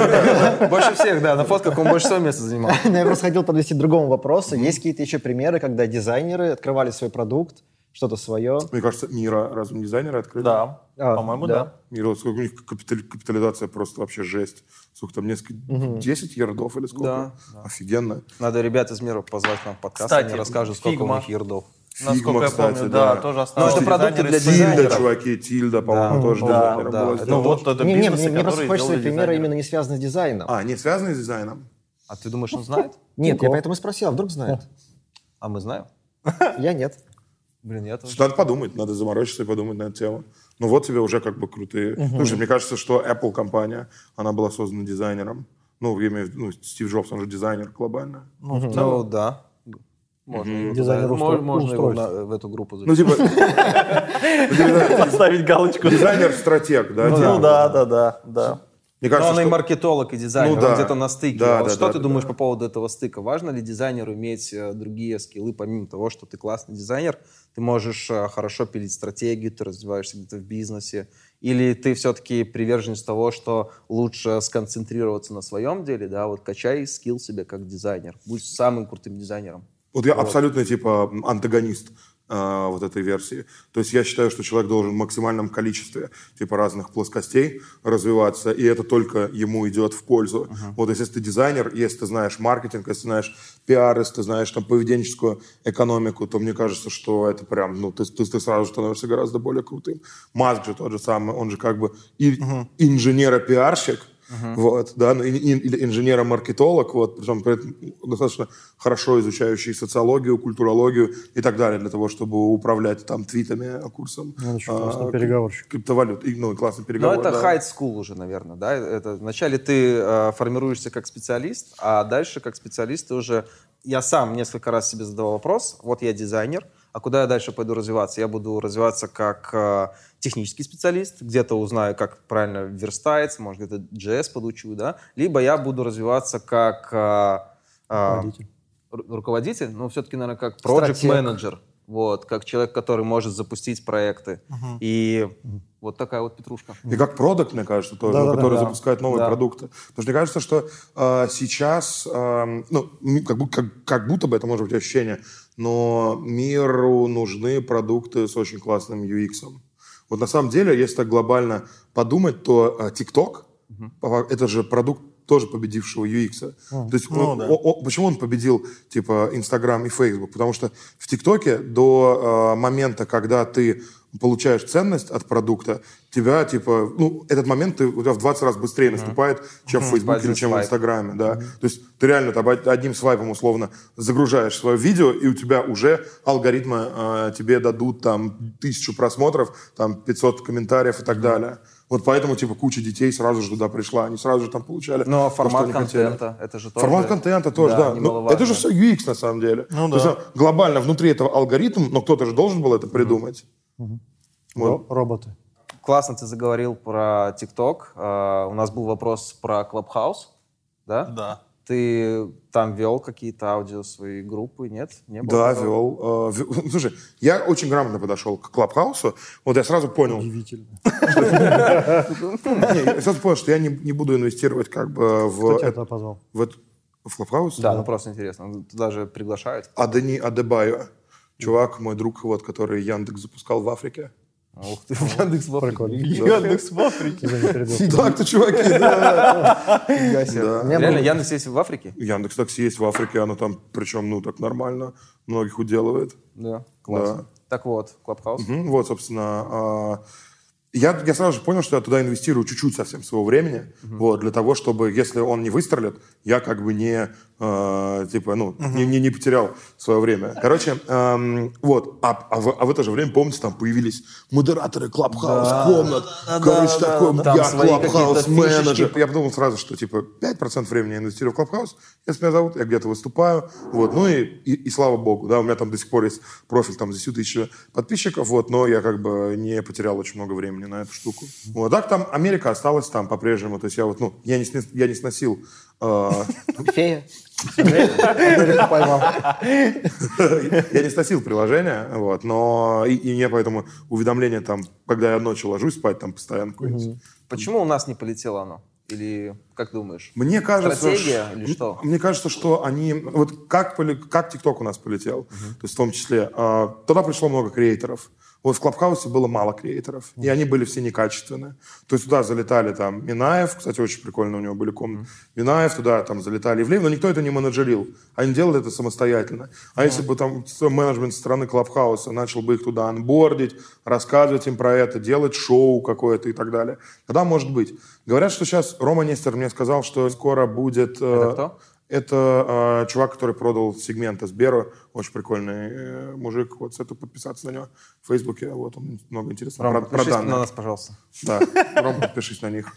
Больше всех, да. На фотках он больше всего места занимал. Я просто хотел подвести к другому вопросу. Есть какие-то еще примеры, когда дизайнеры открывали свой продукт, что-то свое? Мне кажется, Мира, разве не дизайнеры открыли? Да, по-моему, да. Мира, сколько у них капитализация просто вообще жесть. Сколько там, несколько, 10 ярдов или сколько? Да. Офигенно. Надо ребят из Мира позвать к нам в подкаст, Кстати, они расскажут, сколько у Фигма. них ярдов. Насколько я кстати, помню, да. тоже Ну, осталось. это продукты для Тильда, дизайнеров. чуваки, Тильда, по-моему, тоже дизайнером была Ну сделана. вот это Мне бизнесы, просто которые хочется делали примеры дизайнеры. именно не связанные с дизайном. Не связанные с дизайном? А ты думаешь, он знает? Нет, я поэтому и спросил, а вдруг знает? А мы знаем? Я нет. Блин, я тоже. Надо подумать, надо заморочиться и подумать на эту тему. Ну вот тебе уже как бы крутые... Слушай, мне кажется, что Apple компания, она была создана дизайнером. Ну, я имею в виду, Стив Джобс, он же дизайнер глобально. Ну, да. Можно Дизайнер можно его устройств. в эту группу Ну, записать. типа, Поставить галочку. дизайнер-стратег, да? Ну типа. да. Мне Но кажется, он и что... маркетолог, и дизайнер, Ну да. он где-то на стыке. Да, Вот да, что да, ты да, думаешь да. по поводу этого стыка? Важно ли дизайнеру иметь другие скиллы, помимо того, что ты классный дизайнер, ты можешь хорошо пилить стратегию, ты развиваешься где-то в бизнесе, или ты все-таки приверженец того, что лучше сконцентрироваться на своем деле, да, вот качай скилл себе как дизайнер, будь самым крутым дизайнером. Вот я абсолютно, типа, антагонист вот этой версии. То есть я считаю, что человек должен в максимальном количестве, типа, разных плоскостей развиваться, и это только ему идет в пользу. Вот если ты дизайнер, если ты знаешь маркетинг, если ты знаешь пиар, если ты знаешь там поведенческую экономику, то мне кажется, что это прям, ну, ты сразу становишься гораздо более крутым. Маск же тот же самый, он же как бы и инженер-пиарщик, вот, да, или инженер-маркетолог, вот, причем при этом достаточно хорошо изучающий социологию, культурологию и так далее, для того, чтобы управлять там твитами, курсом Он еще классный переговорщик. криптовалют, и классный переговор. Но это да. high school уже, наверное, да? Это вначале ты формируешься как специалист, а дальше как специалист ты уже... Я сам несколько раз себе задавал вопрос, вот я дизайнер, а куда я дальше пойду развиваться? Я буду развиваться как технический специалист, где-то узнаю, как правильно верстается, может, где-то JS подучу, да? Либо я буду развиваться как руководитель, но все-таки, наверное, как project manager, вот, как человек, который может запустить проекты. И вот такая вот петрушка. И как продакт, мне кажется, тоже, который запускает новые продукты. Потому что мне кажется, что сейчас, ну, как будто бы это может быть ощущение, но миру нужны продукты с очень классным UX. Вот на самом деле, если так глобально подумать, то TikTok это же продукт тоже победившего UX. То есть почему он победил типа Instagram и Facebook? Потому что в ТикТоке до момента, когда ты получаешь ценность от продукта, тебя, типа, ну, этот момент у тебя в 20 раз быстрее наступает, чем в Фейсбуке или чем в Инстаграме, да. То есть ты реально там одним свайпом, условно, загружаешь свое видео, и у тебя уже алгоритмы тебе дадут там 1000 просмотров, там 500 комментариев и так далее. Вот поэтому, типа, куча детей сразу же туда пришла, они сразу же там получали. Но то, формат что они хотели. контента, это же тоже... Формат контента тоже, да. Ну, это же все UX, на самом деле. Ну, то да. есть, глобально внутри этого алгоритм, но кто-то же должен был это придумать. Вот. Роботы. Классно ты заговорил про ТикТок. У нас был вопрос про Clubhouse, да? Да. Ты там вел какие-то аудио свои группы, нет? Не было Да, такого? вел. Слушай, я очень грамотно подошел к Клабхаусу. Вот я сразу понял. Удивительно. Я сразу понял, что я не буду инвестировать как бы Кто тебя в туда позвал? Клабхаус. Да, ну просто интересно. Туда же приглашают. Адени Адебайо. Чувак, мой друг, вот, который Яндекс запускал в Африке. Ух ты, Яндекс в Африке. Прикольно. Яндекс в Африке. Извини, перебил. Так-то, чуваки, да. Да. Реально, Яндекс есть в Африке? Яндекс Такси есть в Африке, оно там, причем, ну, так нормально, многих уделывает. Да, классно. Да. Так вот, Клабхаус. Вот, собственно, я сразу же понял, что я туда инвестирую чуть-чуть совсем своего времени, вот, для того, чтобы, если он не выстрелит, я как бы не потерял свое время. Короче, вот, а в это же время, помните, там появились модераторы Клабхаус, комнат, короче, такой, Там я свои Клабхаус какие-то менеджер. фишечки. Я подумал сразу, что, типа, 5% времени я инвестирую в Клабхаус, если меня зовут, я где-то выступаю, вот, ну и слава богу, да, у меня там до сих пор есть профиль, там, за 10 тысяч подписчиков, вот, но я как бы не потерял очень много времени на эту штуку. Вот, так там Америка осталась там по-прежнему, то есть я вот, ну, я не сносил Фея. Я не сносил приложение, вот, но и мне поэтому уведомления там, когда я ночью ложусь спать, там постоянно какое-нибудь. Почему у нас не полетело оно? Или как думаешь? Мне кажется, Стратегия или что? Мне кажется, что они... Вот как ТикТок у нас полетел, то есть в том числе, туда пришло много креаторов. Вот в Клабхаусе было мало креаторов, и они были все некачественные. То есть туда залетали там Минаев, кстати, очень прикольно у него были комнаты. Минаев, туда там залетали Ивлеев, но никто это не менеджерил. Они делали это самостоятельно. А если бы там менеджмент со стороны Клабхауса начал бы их туда анбордить, рассказывать им про это, делать шоу какое-то и так далее, тогда может быть. Говорят, что сейчас Рома Нестер мне сказал, что скоро будет... Это кто? Это чувак, который продал сегменты Сберу. Очень прикольный мужик. Вот советую подписаться на него в Фейсбуке. Вот он много интересного. Рома, Про подпишись данные. на нас, пожалуйста. Да, Ром, подпишись на них.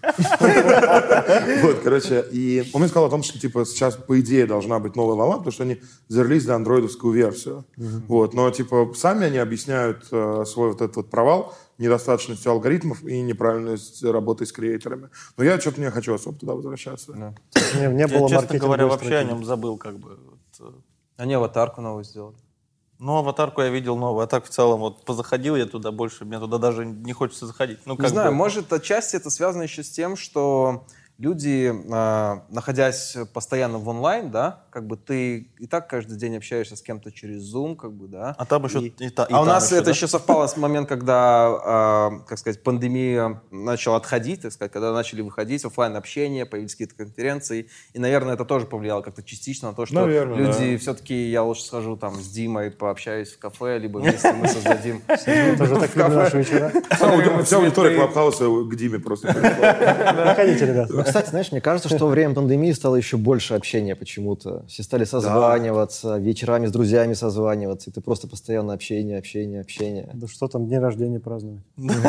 Вот, короче, и он мне сказал о том, что, типа, сейчас, по идее, должна быть новая волна, потому что они зарелизили андроидовскую версию. Вот, но, типа, сами они объясняют свой вот этот вот провал недостаточностью алгоритмов и неправильность работы с креаторами. Но я что-то не хочу особо туда возвращаться. Не было Я, честно говоря, маркетинговой вообще о стратегии. нем забыл, как бы. Они аватарку новую сделали. Ну, аватарку я видел новую, а так в целом вот позаходил я туда больше, мне туда даже не хочется заходить. Ну, Не как знаю, бы, может, отчасти это связано еще с тем, что люди, находясь постоянно в онлайн, да, как бы ты и так каждый день общаешься с кем-то через Zoom, как бы, да. А там еще А у нас это еще совпало с моментом, когда, как сказать, пандемия начала отходить, так сказать, когда начали выходить офлайн-общение, появились какие-то конференции, и, наверное, это тоже повлияло как-то частично на то, что Наверное, люди все-таки, я лучше схожу там с Димой, пообщаюсь в кафе, либо вместе мы создадим... Тоже так люблю наши вечера. Вся аудитория Клабхауса к Диме просто пришла. Заходите, ребят. Кстати, знаешь, мне кажется, что во время пандемии стало еще больше общения почему-то. Все стали созваниваться, вечерами с друзьями созваниваться, и ты просто постоянно общение. Да что там, дни рождения праздновать?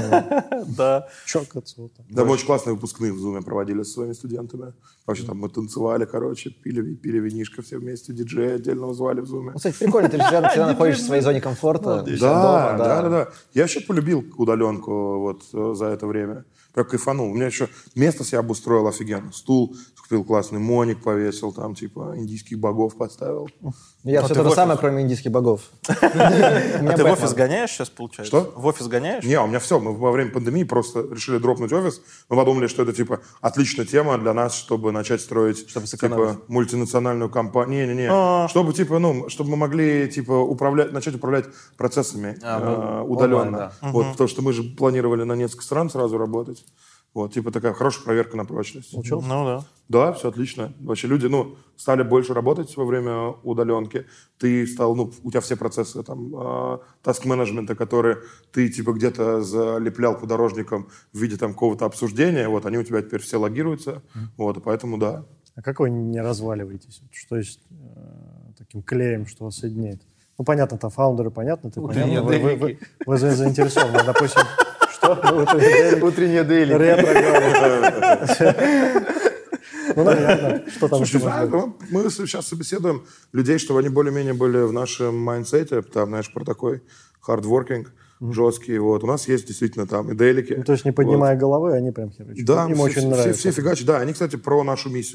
Да. Чокаться. Вот так. Да, мы очень классные выпускные в Зуме проводили со своими студентами. Вообще там мы танцевали, короче, пили винишко все вместе, диджея отдельно звали в Зуме. Ну, кстати, прикольно, ты же всегда находишься в своей зоне комфорта. Да. Я вообще полюбил удаленку вот за это время. Прям кайфанул. У меня еще место себе обустроил офигенно. Стул купил классный, моник повесил, там типа индийских богов поставил. Я все то же самое, кроме индийских богов. А ты в офис гоняешь сейчас, получается? Что? В офис гоняешь? Не, у меня все. Мы во время пандемии просто решили дропнуть офис. Мы подумали, что это типа отличная тема для нас, чтобы начать строить типа мультинациональную компанию. Не. Чтобы типа, чтобы мы могли типа начать управлять процессами удаленно. Онлайн, да. Вот, потому что мы же планировали на несколько стран сразу работать. Вот, типа такая хорошая проверка на прочность. Ну да. Да, все отлично. Вообще люди, стали больше работать во время удаленки. Ты стал, у тебя все процессы там таск-менеджмента, которые ты типа где-то залеплял подорожником в виде там какого-то обсуждения, вот, они у тебя теперь все логируются. Вот, и поэтому да. А как вы не разваливаетесь? Что есть таким клеем, что вас соединяет? Ну, понятно, там фаундеры, понятно, ты понятно. Вы заинтересованы, допустим. Что? Утренние дейли. Ретро говорит. Ну, наверное. Что там еще может быть? Мы сейчас собеседуем людей, чтобы они более-менее были в нашем майндсете, там, знаешь, про такой хардворкинг, жесткий. Вот. У нас есть действительно там и делики. Ну, то есть, не поднимая головы, они прям херачат. Да, им очень нравится. Все фигачат. Да, они, кстати, про нашу миссию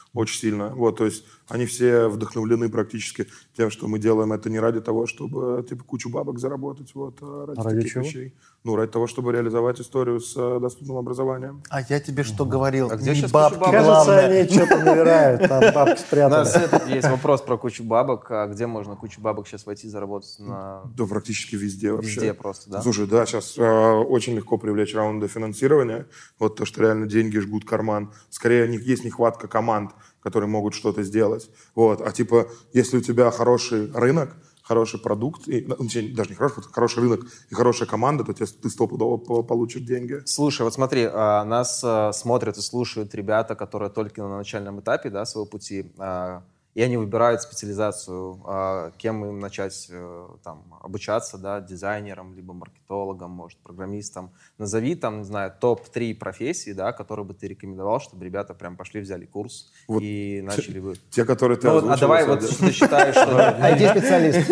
очень сильно. Вот, то есть они все вдохновлены практически тем, что мы делаем это не ради того, чтобы типа кучу бабок заработать, вот, а ради таких чего? вещей. Ну, ради того, чтобы реализовать историю с доступным образованием. А я тебе что говорил? где Не сейчас бабки, куча бабок? Кажется, главное. они что-то набирают, там бабки У спрятаны. нас есть вопрос про кучу бабок. А где можно кучу бабок сейчас войти заработать? Да, практически везде вообще. Везде просто, да? Слушай, да, сейчас очень легко привлечь раунды финансирования. Вот то, что реально деньги жгут карман. Скорее, у них есть нехватка команд, которые могут что-то сделать. Вот. А типа, если у тебя хороший рынок, хороший продукт, даже не хороший рынок и хорошая команда, то ты стопудово получишь деньги. Слушай, вот смотри, нас смотрят и слушают ребята, которые только на начальном этапе, да, своего пути, и они выбирают специализацию, кем им начать там, обучаться, да, дизайнером, либо маркетологом, может, программистом. Назови там, не знаю, топ-3 профессий, да, которые бы ты рекомендовал, чтобы ребята прям пошли, взяли курс Вот и начали бы... Те, которые ты Ну, озвучил, давай на вот самом что ты считаешь, что... IT-специалист.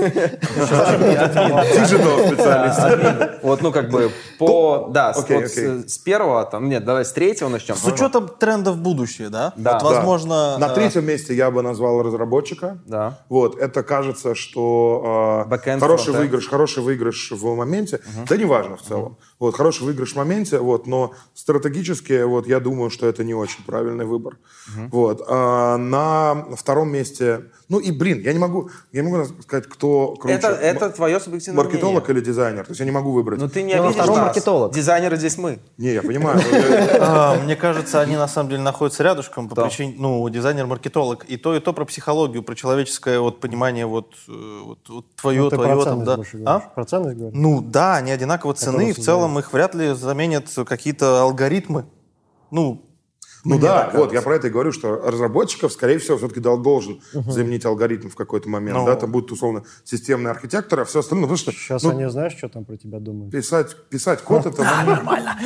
Диджитал-специалист. Вот, ну, как бы по... Да, Окей, вот окей. с первого, там, нет, давай с третьего начнем. С учетом трендов будущее, да? Да. Вот, возможно... На третьем месте я бы назвал разработчика. Да. Вот, это кажется, что Бэкэнд, хороший фронтенд. выигрыш в моменте, да неважно в целом. Вот, хороший выигрыш в моменте, вот, но стратегически, вот, я думаю, что это не очень правильный выбор. Вот. На втором месте, ну и, блин, я не могу сказать, кто круче. Это твое субъективное Маркетолог мнение. или дизайнер? То есть я не могу выбрать. Ну, ты не Ну, обидишь второй нас. маркетолог. Дизайнеры здесь мы. Не, я понимаю. Мне кажется, они на самом деле находятся рядышком по Да. причине, ну, дизайнер-маркетолог. И то про психологию, про человеческое вот понимание вот твое, Ну, ты про там, ценность да. больше говоришь. Про ценность говоришь? Ну да, они одинаково цены, и в целом их вряд ли заменят какие-то алгоритмы. Ну Да, вот, я про это и говорю, что разработчиков, скорее всего, все-таки должен заменить алгоритм в какой-то момент. Ну. Да, там будут, условно, системные архитекторы, а все остальное, потому что Сейчас ну, они, знаешь, что там про тебя думают? писать код, это... нормально.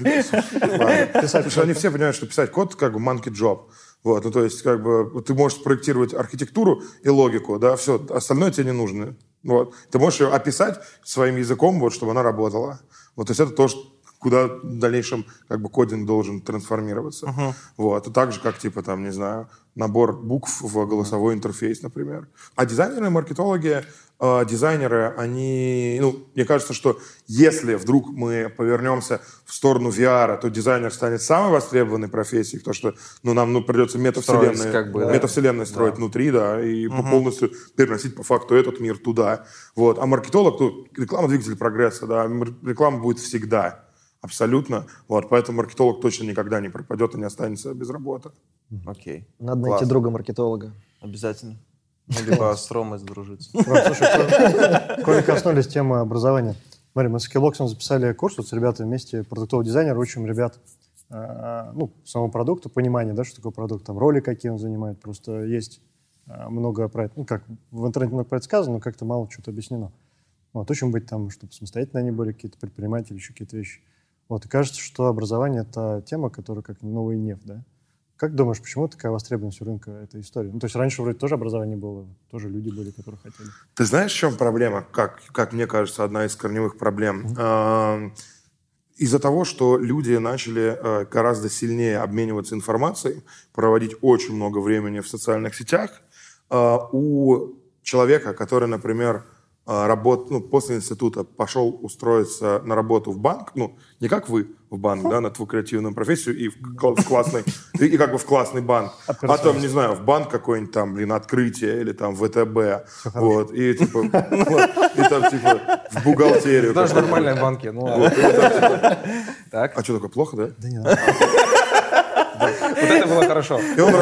Потому что они все понимают, что писать код, как бы, monkey job. Вот, ну, то есть, как бы, ты можешь спроектировать архитектуру и логику, да, все, остальное тебе не нужно. Вот. Ты можешь ее описать своим языком, вот, чтобы она работала. Вот, то есть, это то, куда в дальнейшем как бы кодинг должен трансформироваться. Вот. И так же, как, типа, там, не знаю, набор букв в голосовой интерфейс, например. А дизайнеры, маркетологи, дизайнеры, они... Ну, мне кажется, что если вдруг мы повернемся в сторону VR, то дизайнер станет самой востребованной профессией, потому что нам придется метавселенные, Строить, как бы, да. метавселенные строить внутри, да, и полностью переносить по факту этот мир туда. Вот. А маркетолог, реклама — двигатель прогресса, да, реклама будет всегда. Абсолютно. Вот, поэтому маркетолог точно никогда не пропадет и не останется без работы. Окей. Надо Класс. найти друга-маркетолога. Обязательно. Ну, либо с Ромой сдружиться. Коли коснулись темы образования. Смотри, мы с Skillbox записали курс вот с ребятами вместе, продуктовый дизайнер, учим ребят самому продукту, понимание, да, что такое продукт, там роли какие он занимает. Просто есть много про это, как в интернете много про это сказано, но как-то мало что-то объяснено. Вот, учим быть там, чтобы самостоятельно они были, какие-то предприниматели, еще какие-то вещи. Вот, и кажется, что образование — это тема, которая как новый нефть, да? Как думаешь, почему такая востребованность у рынка этой истории? Ну, то есть раньше вроде тоже образование было, тоже люди были, которые хотели. Ты знаешь, в чем проблема? Как мне кажется, одна из корневых проблем. Из-за того, что люди начали гораздо сильнее обмениваться информацией, проводить очень много времени в социальных сетях, у человека, который, например, после института пошел устроиться на работу в банк, не как вы в банк, да, на твою креативную профессию и в классный, и как бы в классный банк, а там, не знаю, в банк какой-нибудь там, Открытие или там ВТБ, вот, и типа, и там типа в бухгалтерию. Даже нормальные банки. Ну, ладно. Так. А что такое, плохо, да? Да не надо. Вот это было хорошо.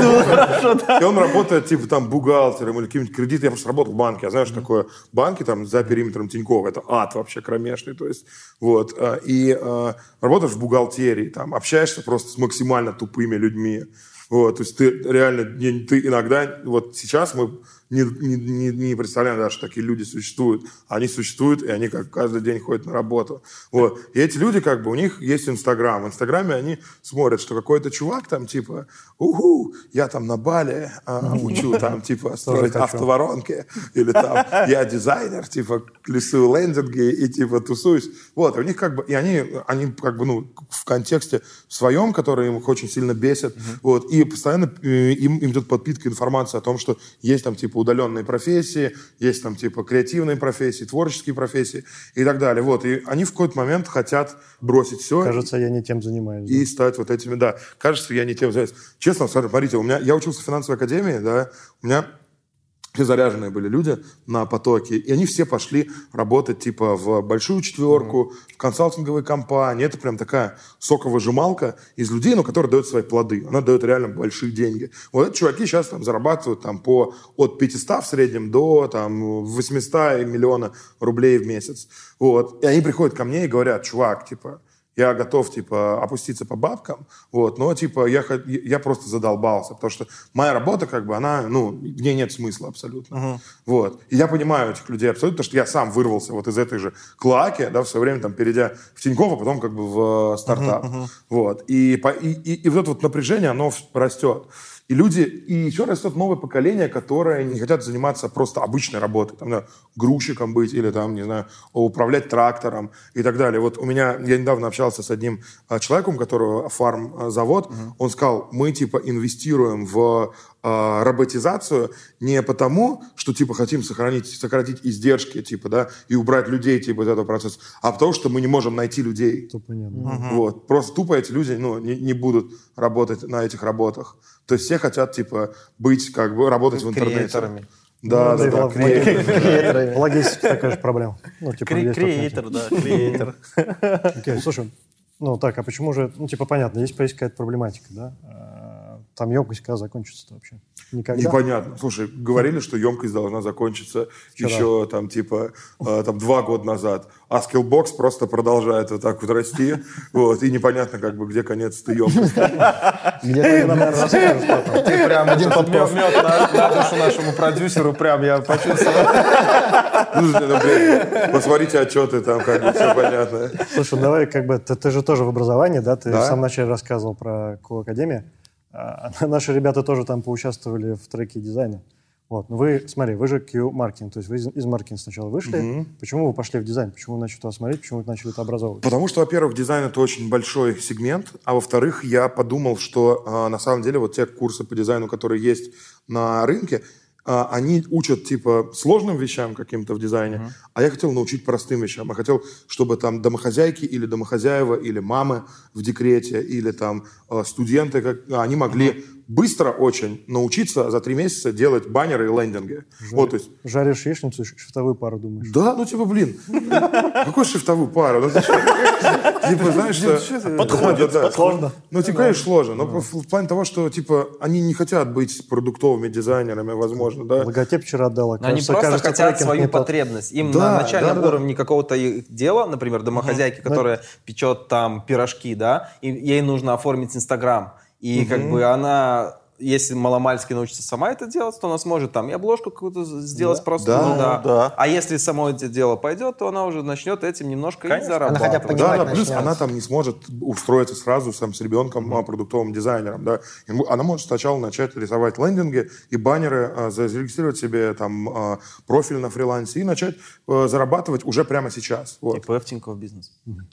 И он работает, типа, там, бухгалтером или каким-нибудь кредитом. Я просто работал в банке. Я знаю, что такое банки там за периметром Тинькова. Это ад вообще кромешный. То есть, вот. И работаешь в бухгалтерии, там, общаешься просто с максимально тупыми людьми. Вот. То есть ты реально, ты иногда, вот сейчас мы не представляем даже, что такие люди существуют. Они существуют, и они как каждый день ходят на работу. Вот. И эти люди, как бы, у них есть Инстаграм. В Инстаграме они смотрят, что какой-то чувак там, типа, я там на Бали учу там, типа, строить автоворонки. Или там, я дизайнер, типа, рисую лендинги и, типа, тусуюсь. Вот. И у них, как бы, и они как бы, ну, в контексте своем, который их очень сильно бесит. Вот. И постоянно им идет подпитка информации о том, что есть там, типа, удаленные профессии, есть там, типа, креативные профессии, творческие профессии и так далее. Вот. И они в какой-то момент хотят бросить все. Кажется, я не тем занимаюсь. И стать вот этими, да. Кажется, я не тем занимаюсь. Честно, смотрите, я учился в финансовой академии, да, у меня все заряженные были люди на потоке, и они все пошли работать типа в большую четверку, в консалтинговые компании. Это прям такая соковыжималка из людей, но которая дает свои плоды. Она дает реально большие деньги. Вот эти чуваки сейчас там зарабатывают там, от 500 в среднем до там, 800 миллиона рублей в месяц. Вот. И они приходят ко мне и говорят: чувак, типа, я готов, типа, опуститься по бабкам, вот, но, типа, я просто задолбался, потому что моя работа, как бы, она, ну, в ней нет смысла абсолютно, вот. И я понимаю этих людей абсолютно, потому что я сам вырвался вот из этой же клоаки, да, в свое время, там, перейдя в Тинькофф, а потом, как бы, в стартап, вот. И вот это вот напряжение, оно растет. И еще растет новое поколение, которое не хотят заниматься просто обычной работой, там, да, грузчиком быть или, там, не знаю, управлять трактором и так далее. Вот я недавно общался с одним человеком, у которого фарм-завод, он сказал: мы, типа, инвестируем в роботизацию не потому, что, типа, хотим сократить издержки, типа, да, и убрать людей, типа, из этого процесса, а потому что мы не можем найти людей. То понятно. Вот. Просто тупо эти люди, ну, не будут работать на этих работах. То есть все хотят, типа, быть, как бы, работать в интернете. Креаторами. Да. Логистика такая же проблема. Ну, типа, Креатор, да, креатор. Окей, слушай, ну так, а почему же, ну, типа, понятно, есть какая-то проблематика, да? Там емкость когда закончится-то вообще? Никогда? Непонятно. Слушай, говорили, что емкость должна закончиться еще, там, типа, 2 года назад. А Skillbox просто продолжает вот так вот расти. Вот, и непонятно, как бы, где конец этой емкости. Где-то нам, наверное, расскажешь потом. Ты прям мед на душу нашему продюсеру, прям я почувствовал. Посмотрите отчеты, там, как бы, все понятно. Слушай, давай, как бы, ты же тоже в образовании, да? Ты в самом начале рассказывал про Q-академию. Наши ребята тоже там поучаствовали в треке дизайна. Вот. Но вы, смотри, вы же Q-маркетинг, то есть вы из маркетинга сначала вышли. Почему вы пошли в дизайн? Почему вы начали туда смотреть? Почему вы начали это образовывать? Потому что, во-первых, дизайн — это очень большой сегмент, а во-вторых, я подумал, что на самом деле вот те курсы по дизайну, которые есть на рынке, они учат, типа, сложным вещам каким-то в дизайне, а я хотел научить простым вещам. Я хотел, чтобы там домохозяйки или домохозяева, или мамы в декрете, или там студенты, они могли быстро очень научиться за 3 месяца делать баннеры и лендинги. Вот, то есть... Жаришь яичницу, шрифтовую пару думаешь? Да, ну типа, блин, какую шрифтовую пару? Типа, знаешь, что... Подходит. Сложно? Ну, типа, конечно, сложно. Но в плане того, что, типа, они не хотят быть продуктовыми дизайнерами, возможно, да. Логотип вчера отдала. Они просто хотят свою потребность. Им на начальном уровне какого-то дела, например, домохозяйки, которая печет там пирожки, да, и ей нужно оформить Инстаграм. И как бы она, если маломальски научится сама это делать, то она сможет там и обложку какую-то сделать просто. Да. А если само это дело пойдет, то она уже начнет этим немножко и зарабатывать. Она хотя бы понимать плюс начнет. она там не сможет устроиться сразу сам с ребенком продуктовым дизайнером. Да. Она может сначала начать рисовать лендинги и баннеры, зарегистрировать себе там профиль на фрилансе и начать зарабатывать уже прямо сейчас. Вот. ИП в Тинькофф Бизнес.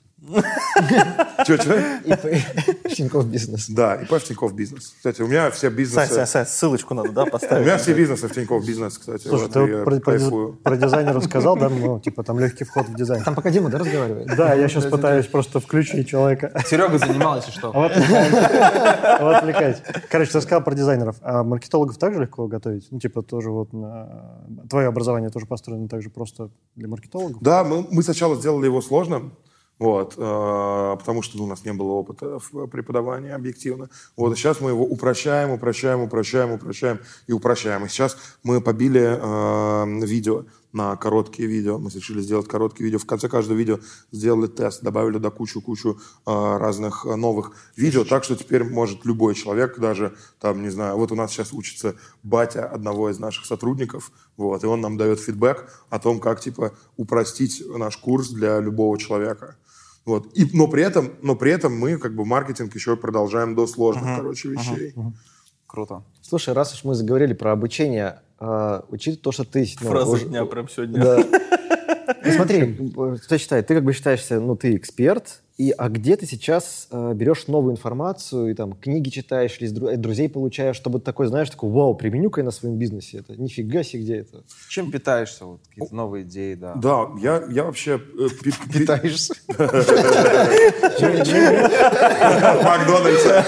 Че? ИП Тинькофф Бизнес. Да, ИП в Тинькофф Бизнес. Кстати, у меня все бизнесы... Сань, ссылочку надо, да, У поставить? меня все бизнесы в Тинькофф Бизнес, кстати. Слушай, Вот, ты я кайфую. про дизайнера сказал, да, ну, типа, там легкий вход в дизайн. Там пока Дима, да, разговаривает? Да, я сейчас пытаюсь просто включить человека. Серега занимал, если что. Отвлекать. Короче, ты сказал про дизайнеров. А маркетологов также легко готовить? Ну, типа, тоже вот... Твое образование тоже построено так же просто для маркетологов? Да, мы сначала сделали его сложным. Вот, потому что у нас не было опыта в преподавании объективно. Вот, и сейчас мы его упрощаем. И сейчас мы побили видео на короткие видео. Мы решили сделать короткие видео. В конце каждого видео сделали тест, добавили туда кучу разных новых видео, так что теперь может любой человек, даже там, не знаю, вот у нас сейчас учится батя одного из наших сотрудников, вот, и он нам дает фидбэк о том, как, типа, упростить наш курс для любого человека. Вот. Но при этом мы, как бы, маркетинг еще продолжаем до сложных, вещей. Круто. Слушай, раз уж мы заговорили про обучение, учитывая то, что ты... Фраза дня прям сегодня. Да. Ну, смотри, что считаешь? Ты как бы считаешься, ты эксперт, а где ты сейчас берешь новую информацию, и там книги читаешь, или от друзей получаешь, чтобы такой, знаешь, такой, вау, применю-ка я на своем бизнесе это. Нифига себе, где это? Чем питаешься? Вот, какие-то новые идеи, да. Да, я вообще... Питаешься? В Макдональдсе.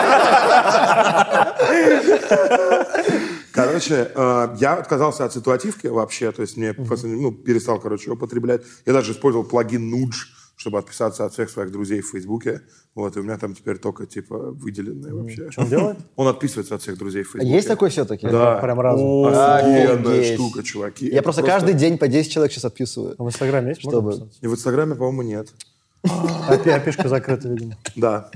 Короче, я отказался от ситуативки вообще, то есть мне перестал, его употреблять. Я даже использовал плагин Nudge, чтобы отписаться от всех своих друзей в Фейсбуке. Вот, и у меня там теперь только, выделенные вообще. Что он делает? Он отписывается от всех друзей в Фейсбуке. Есть такой все-таки? Да. Прям разум. Офигенная Офигеть. штука, чуваки. Я просто каждый день по 10 человек сейчас отписываю. А в Инстаграме есть? Чтобы- Можно писать? И в Инстаграме, по-моему, нет. API-шка закрыта, видимо. Да.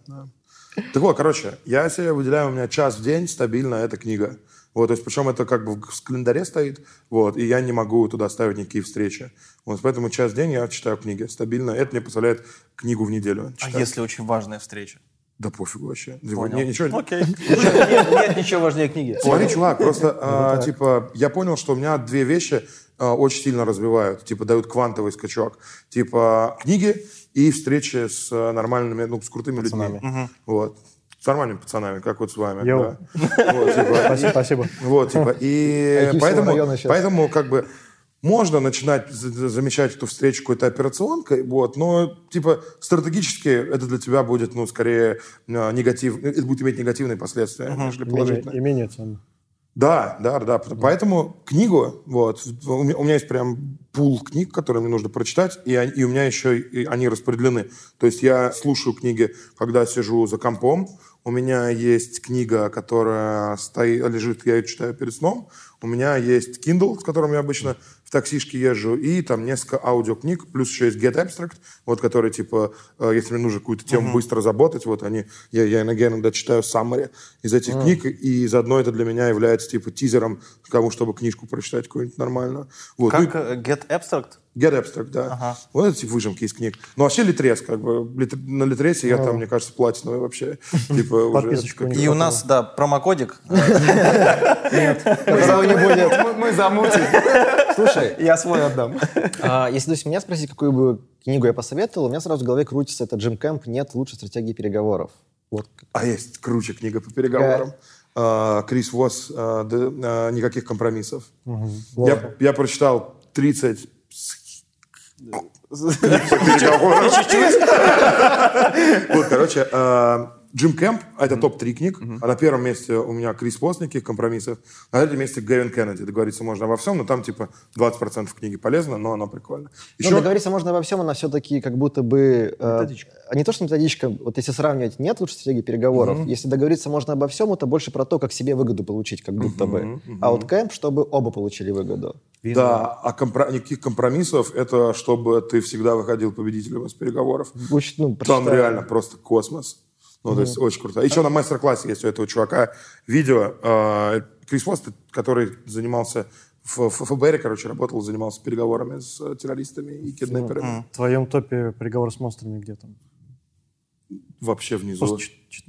Так вот, короче, я себе выделяю, у меня час в день стабильно эта книга. Вот, то есть, причем это как бы в календаре стоит, вот, и я не могу туда ставить никакие встречи. Вот, поэтому час в день я читаю книги стабильно. Это мне позволяет книгу в неделю читать. А если очень важная встреча? Да пофигу вообще. Понял. Ничего. Окей. Нет ничего важнее книги. Смотри, чувак, просто, я понял, что у меня две вещи очень сильно развивают, дают квантовый скачок. Книги и встречи с нормальными, с крутыми людьми. Вот. С нормальными пацанами, как вот с вами. Йоу. Да. Вот, Спасибо. Вот, и Айкидского района сейчас. поэтому, как бы, можно начинать замечать эту встречу какой-то операционкой, вот, но, стратегически это для тебя будет, скорее, это будет иметь негативные последствия, нежели положительные. И менее ценно. Да. Поэтому книгу, вот, у меня есть прям пул книг, которые мне нужно прочитать, и у меня еще они распределены. То есть я слушаю книги, когда сижу за компом. У меня есть книга, которая лежит, я ее читаю перед сном. У меня есть Kindle, с которым я обычно в таксишке езжу, и там несколько аудиокниг, плюс еще есть Get Abstract, вот, который, если мне нужно какую-то тему быстро заботать, вот я иногда читаю summary из этих книг, и заодно это для меня является, тизером к тому, чтобы книжку прочитать какую-нибудь нормальную. Вот. Как Get Abstract? Get Abstract, да. Ага. Вот это выжимки из книг. Ну, вообще Литрес, на Литресе я там, мне кажется, платиновый вообще. Подписочку уже... не И у нас, да, промокодик. Которого не будет. Мы замутим. Слушай, Я свой отдам. если меня спросить, какую бы книгу я посоветовал, у меня сразу в голове крутится это Джим Кэмп «Нет лучшей стратегии переговоров». Вот. А есть круче книга по переговорам. Крис Восс «Никаких компромиссов». Я прочитал 30 переговоров. Вот, короче, Джим Кэмп, это топ-3 книг. А на первом месте у меня Крис Восс «Никаких компромиссов». На третьем месте Гэвин Кеннеди. Договориться можно обо всем, но там 20% книги полезно, но оно прикольно. Но договориться можно обо всем, она все-таки как будто бы... не то, что методичка, вот если сравнивать, нет лучшей стратегии переговоров. Если договориться можно обо всем, это больше про то, как себе выгоду получить, как будто бы. А вот Кэмп, чтобы оба получили выгоду. Да, а никаких компромиссов, это чтобы ты всегда выходил победителем из переговоров. Там реально просто космос. То есть очень круто. Еще на мастер-классе есть у этого чувака видео. Крис Восс, который занимался в ФБР, работал, занимался переговорами с террористами и киднеперами. В твоем топе переговоры с монстрами где там? Вообще внизу.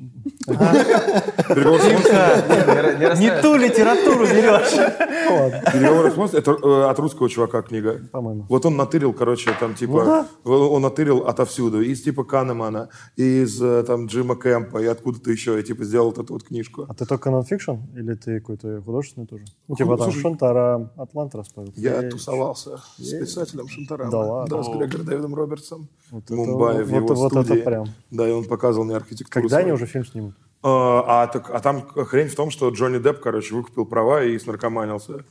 Не ту литературу берешь. Переговоры с монстрами. Это от русского чувака книга. По-моему. Вот он натырил, он натырил отовсюду. Из Канемана, из Джима Кэмпа, и откуда-то еще. И сделал вот эту вот книжку. А ты только нонфикшн? Или ты какой-то художественный тоже? Там Шантара, Атлант расправил. Я тусовался с писателем Шантаром. Да ладно? Да, с Грегором Дэвидом Робертсом. Вот Мумбаи, в его вот это студии. прям. Да, и он показывал мне архитектуру. Когда они свою. уже фильм снимут? А там хрень в том, что Джонни Депп, выкупил права и снаркоманился.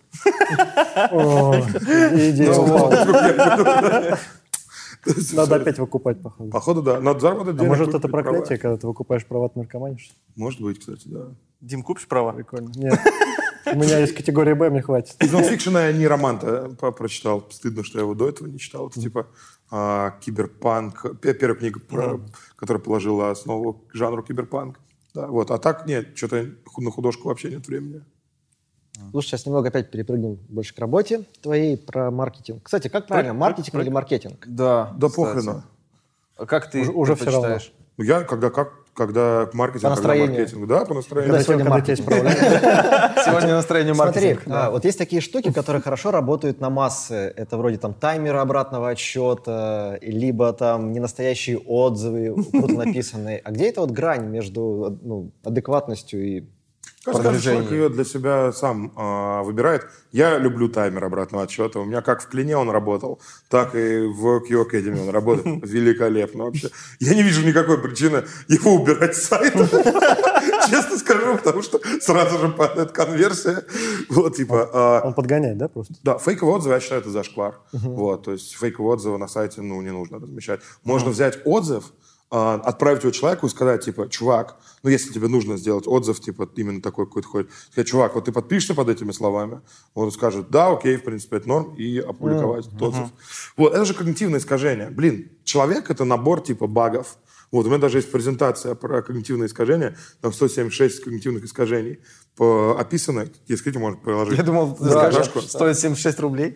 Идея упала. Надо опять выкупать, походу. Походу, да. Надо заработать А денег. может, это выкупить права. проклятие, когда ты выкупаешь права, ты наркоманишься? Может быть, кстати, да. Дим, купишь права? Прикольно. Нет. У меня есть категория Б, мне хватит. Из нонфикшена я не роман-то прочитал. Стыдно, что я его до этого не читал. Это типа киберпанк. Первая книга, которая положила основу к жанру киберпанк. Да, вот. А так нет, что-то на художку вообще нет времени. Слушай, сейчас немного опять перепрыгнем больше к работе твоей, про маркетинг. Кстати, как правильно, маркетинг или маркетинг? Да, Да кстати. похрена. А как ты Уже всё равно. предпочитаешь? Я когда маркетинг, По настроению. когда маркетинг. Да, по настроению. Когда сегодня Когда тебя маркетинг. исправляют. Сегодня настроение Смотри, маркетинг. вот есть такие штуки, которые хорошо работают на массы. Это вроде там таймера обратного отсчета, либо там ненастоящие отзывы, круто написанные. А где эта вот грань между адекватностью и Каждый человек ее для себя сам выбирает. Я люблю таймер обратного отсчета. У меня как в Клине он работал, так и в Q Academy он работает великолепно вообще. Я не вижу никакой причины его убирать с сайта. Честно скажу, потому что сразу же падает конверсия. Вот, типа... Он подгоняет, да, просто? Да, фейковые отзывы, я считаю, это зашквар. Вот, то есть фейковые отзывы на сайте, не нужно размещать. Можно взять отзыв, отправить его человеку и сказать, типа, чувак, если тебе нужно сделать отзыв, типа, именно такой какой-то ходит, сказать, чувак, вот ты подпишешься под этими словами? Он скажет, да, окей, в принципе, это норм, и опубликовать этот отзыв. Вот, это же когнитивное искажение. Блин, человек — это набор, типа, багов. Вот, у меня даже есть презентация про когнитивные искажения, там 176 когнитивных искажений описано, если хотите, можно приложить. Я думал, ты Да, скажешь, стоит 76 рублей.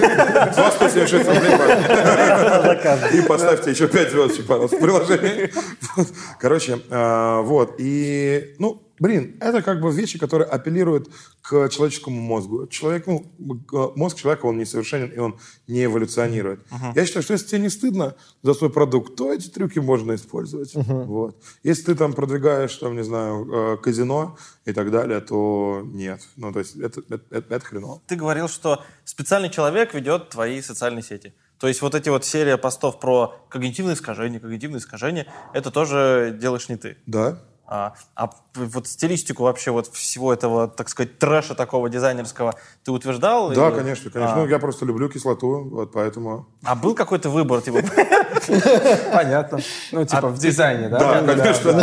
176 рублей, пожалуйста. И поставьте еще 5 звездочек, пожалуйста, в приложении. Короче, вот. И, блин, это как бы вещи, которые апеллируют к человеческому мозгу. Мозг человека, он несовершенен, и он не эволюционирует. Я считаю, что если тебе не стыдно за свой продукт, то эти трюки можно использовать. Вот. Если ты там продвигаешь, там, не знаю, казино и так далее, то нет. То есть это хреново. Ты говорил, что специальный человек ведет твои социальные сети. То есть вот эти вот серия постов про когнитивные искажения, это тоже делаешь не ты. Да. А вот стилистику вообще вот всего этого, так сказать, трэша такого дизайнерского ты утверждал? Да, или... конечно. Я просто люблю кислоту, вот поэтому... А был какой-то выбор? Типа... Понятно. В дизайне, да? Да, конечно.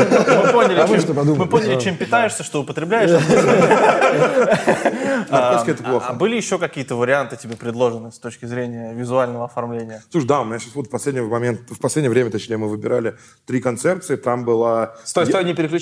Мы поняли, чем питаешься, что употребляешь. Наркотики — это плохо. А были еще какие-то варианты тебе предложены с точки зрения визуального оформления? Слушай, да, у меня сейчас в последнее время, точнее, мы выбирали 3 концепции, там была... Стой, не переключай.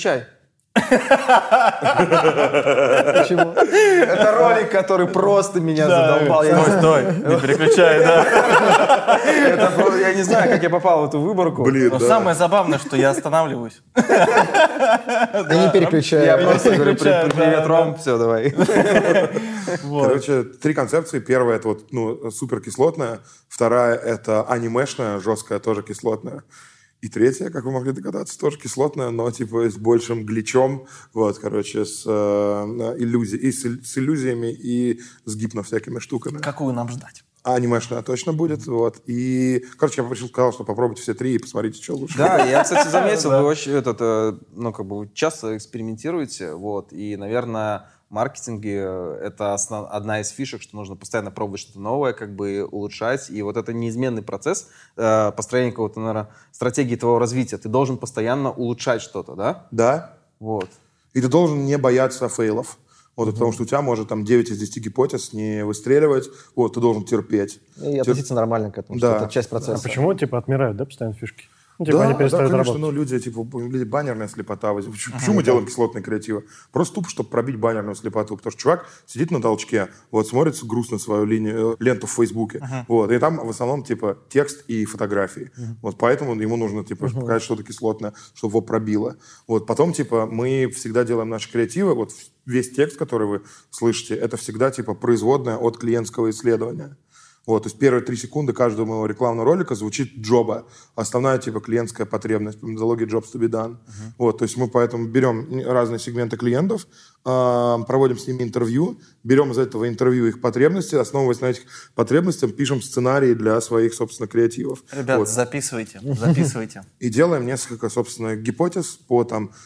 почему? Это ролик, который просто меня задолбал. Стой, не переключай, да. Я не знаю, как я попал в эту выборку. Блин, Но да. самое забавное, что я останавливаюсь. Я не переключаю. Я просто говорю, переключаю, привет, да, Ром, все, давай. Короче, 3 концепции. Первая — это суперкислотная. Вторая — это анимешная, жесткая, тоже кислотная. И третья, как вы могли догадаться, тоже кислотная, но с большим гличом, с иллюзиями и с гипно всякими штуками. Какую нам ждать? Анимешная точно будет, вот. И, я сказал, что попробуйте все 3 и посмотрите, что лучше. Да, я, кстати, заметил, вы очень часто экспериментируете, вот, и, наверное, в маркетинге это одна из фишек, что нужно постоянно пробовать что-то новое, улучшать, и вот это неизменный процесс построения какого-то, наверное, стратегии твоего развития. Ты должен постоянно улучшать что-то, да? Да. Вот. И ты должен не бояться фейлов. Потому что у тебя может 9 из 10 гипотез не выстреливать. Ты должен терпеть. И относиться нормально к этому, Да. что это часть процесса. А почему, отмирают, постоянно фишки? Они Да, перестают конечно, работать. люди, баннерная слепота. Почему мы делаем кислотные креативы? Просто тупо, чтобы пробить баннерную слепоту. Потому что чувак сидит на толчке, смотрит грустно свою ленту в Фейсбуке. И там в основном, текст и фотографии. Поэтому ему нужно, показать что-то кислотное, чтобы его пробило. Потом, мы всегда делаем наши креативы. Весь текст, который вы слышите, это всегда, производная от клиентского исследования. То есть первые 3 секунды каждого моего рекламного ролика звучит джоба. Основная, клиентская потребность по методологии jobs to be done. То есть мы поэтому берем разные сегменты клиентов, проводим с ними интервью, берем из этого интервью их потребности, основываясь на этих потребностях, пишем сценарии для своих, собственно, креативов. Ребят, записывайте. И делаем несколько, собственно, гипотез по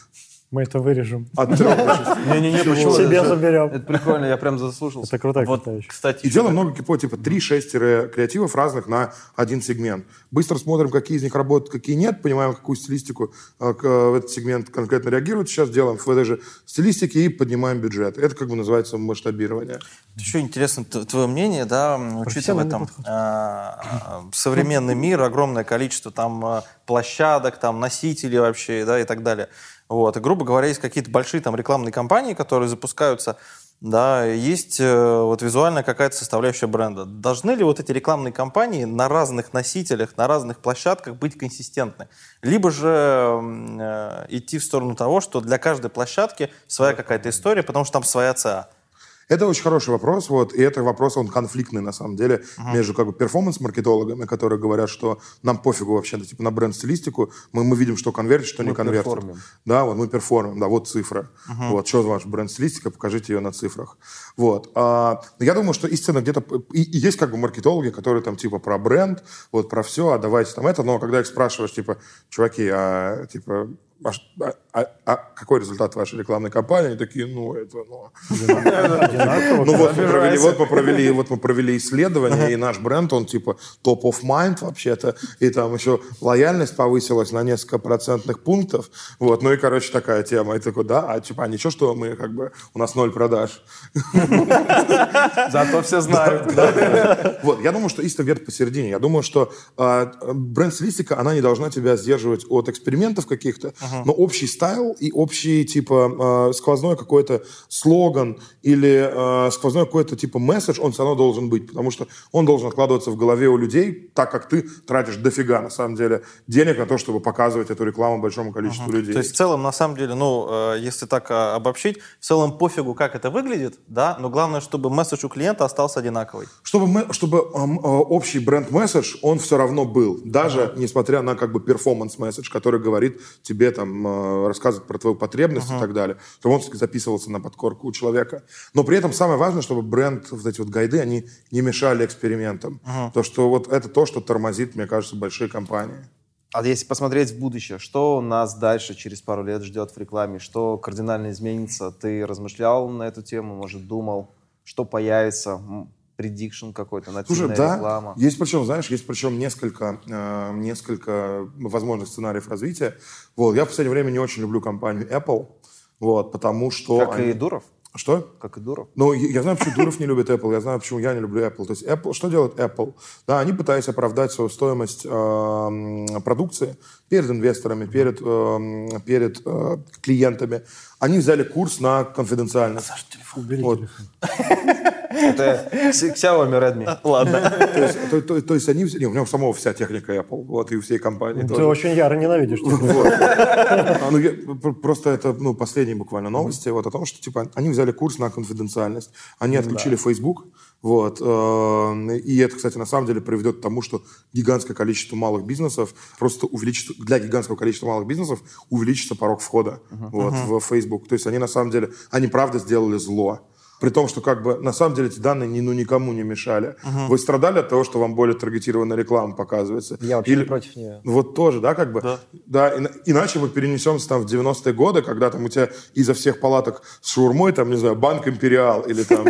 Мы это вырежем. От 3 до 6. Не-не-не, почему? Себе заберем. Это прикольно, я прям заслушался. Это крутая Вот, вещь. кстати, И делаем много типа 3-6 креативов разных на один сегмент. Быстро смотрим, какие из них работают, какие нет, понимаем, какую стилистику в этот сегмент конкретно реагирует. Сейчас делаем в этой же стилистике и поднимаем бюджет. Это как бы называется масштабирование. Еще интересно твое мнение, да, учитывая там современный мир, огромное количество там площадок, там носителей вообще, да, и так далее. Вот. И, грубо говоря, есть какие-то большие там рекламные кампании, которые запускаются, да, есть вот визуальная какая-то составляющая бренда. Должны ли вот эти рекламные кампании на разных носителях, на разных площадках быть консистентны? Либо же идти в сторону того, что для каждой площадки своя какая-то история, потому что там своя ЦА? Это очень хороший вопрос, вот, и это вопрос, он конфликтный, на самом деле, между как бы перформанс-маркетологами, которые говорят, что нам пофигу вообще типа, на бренд-стилистику, мы видим, что конвертит, что не конвертит. перформим. Да, вот мы перформим, да, вот цифра. Вот, что ваша бренд-стилистика, покажите ее на цифрах. Вот. Я думаю, что истина где-то... И есть как бы маркетологи, которые там типа про бренд, вот про все, а давайте там это, но когда их спрашиваешь, типа, чуваки, типа... какой результат вашей рекламной кампании? Они такие, вот мы провели исследование, и наш бренд, он типа top of mind вообще-то, и там еще лояльность повысилась на несколько процентных пунктов, вот, ну и, короче, такая тема, и такой, да, а ничего, что мы как бы, у нас 0 продаж. Зато все знают. Вот, я думаю, что истина где-то посередине. Я думаю, что бренд-стилистика, она не должна тебя сдерживать от экспериментов каких-то, но общий стайл и общий, типа, сквозной какой-то слоган или сквозной какой-то, типа, месседж, он все равно должен быть, потому что он должен откладываться в голове у людей, так как ты тратишь дофига, на самом деле, денег на то, чтобы показывать эту рекламу большому количеству людей. То есть, в целом, на самом деле, если так обобщить, в целом пофигу, как это выглядит, да, но главное, чтобы месседж у клиента остался одинаковый. Чтобы общий бренд-месседж, он все равно был, даже несмотря на, как бы, перформанс-месседж, который говорит тебе, там, рассказывать про твою потребность и так далее, чтобы он записывался на подкорку у человека. Но при этом самое важное, чтобы бренд, вот эти вот гайды, они не мешали экспериментам. То, что вот это то, что тормозит, мне кажется, большие компании. А если посмотреть в будущее, что нас дальше через пару лет ждет в рекламе? Что кардинально изменится? Ты размышлял на эту тему, может, думал, что появится? Предикшн какой-то, нативная реклама. Есть причем, знаешь, несколько возможных сценариев развития. Вот. Я в последнее время не очень люблю компанию Apple, вот, потому что... Как и Дуров? Что? Как и Дуров. Ну, я знаю, почему Дуров не любит Apple, я знаю, почему я не люблю Apple. То есть Apple, что делает Apple? Да, они пытаются оправдать свою стоимость продукции перед инвесторами, перед клиентами. Они взяли курс на конфиденциальность. Саша, телефон, убери вот. телефон. Это Xiaomi Redmi. Ладно. То есть они... у него самого вся техника Apple, вот, и у всей компании. Ты очень яро ненавидишь. Просто это последние буквально новости вот, о том, что типа они взяли курс на конфиденциальность, они отключили Facebook, вот, и это, кстати, на самом деле приведет к тому, что гигантское количество малых бизнесов просто увеличится, для гигантского количества малых бизнесов увеличится порог входа в Facebook. То есть они на самом деле, они правда сделали зло. При том, что как бы на самом деле эти данные никому не мешали. Вы страдали от того, что вам более таргетированная реклама показывается? Я вообще не против нее. Вот тоже, да, как бы? Да, иначе мы перенесемся там в 90-е годы, когда там у тебя изо всех палаток с шаурмой, там, не знаю, Банк Империал или там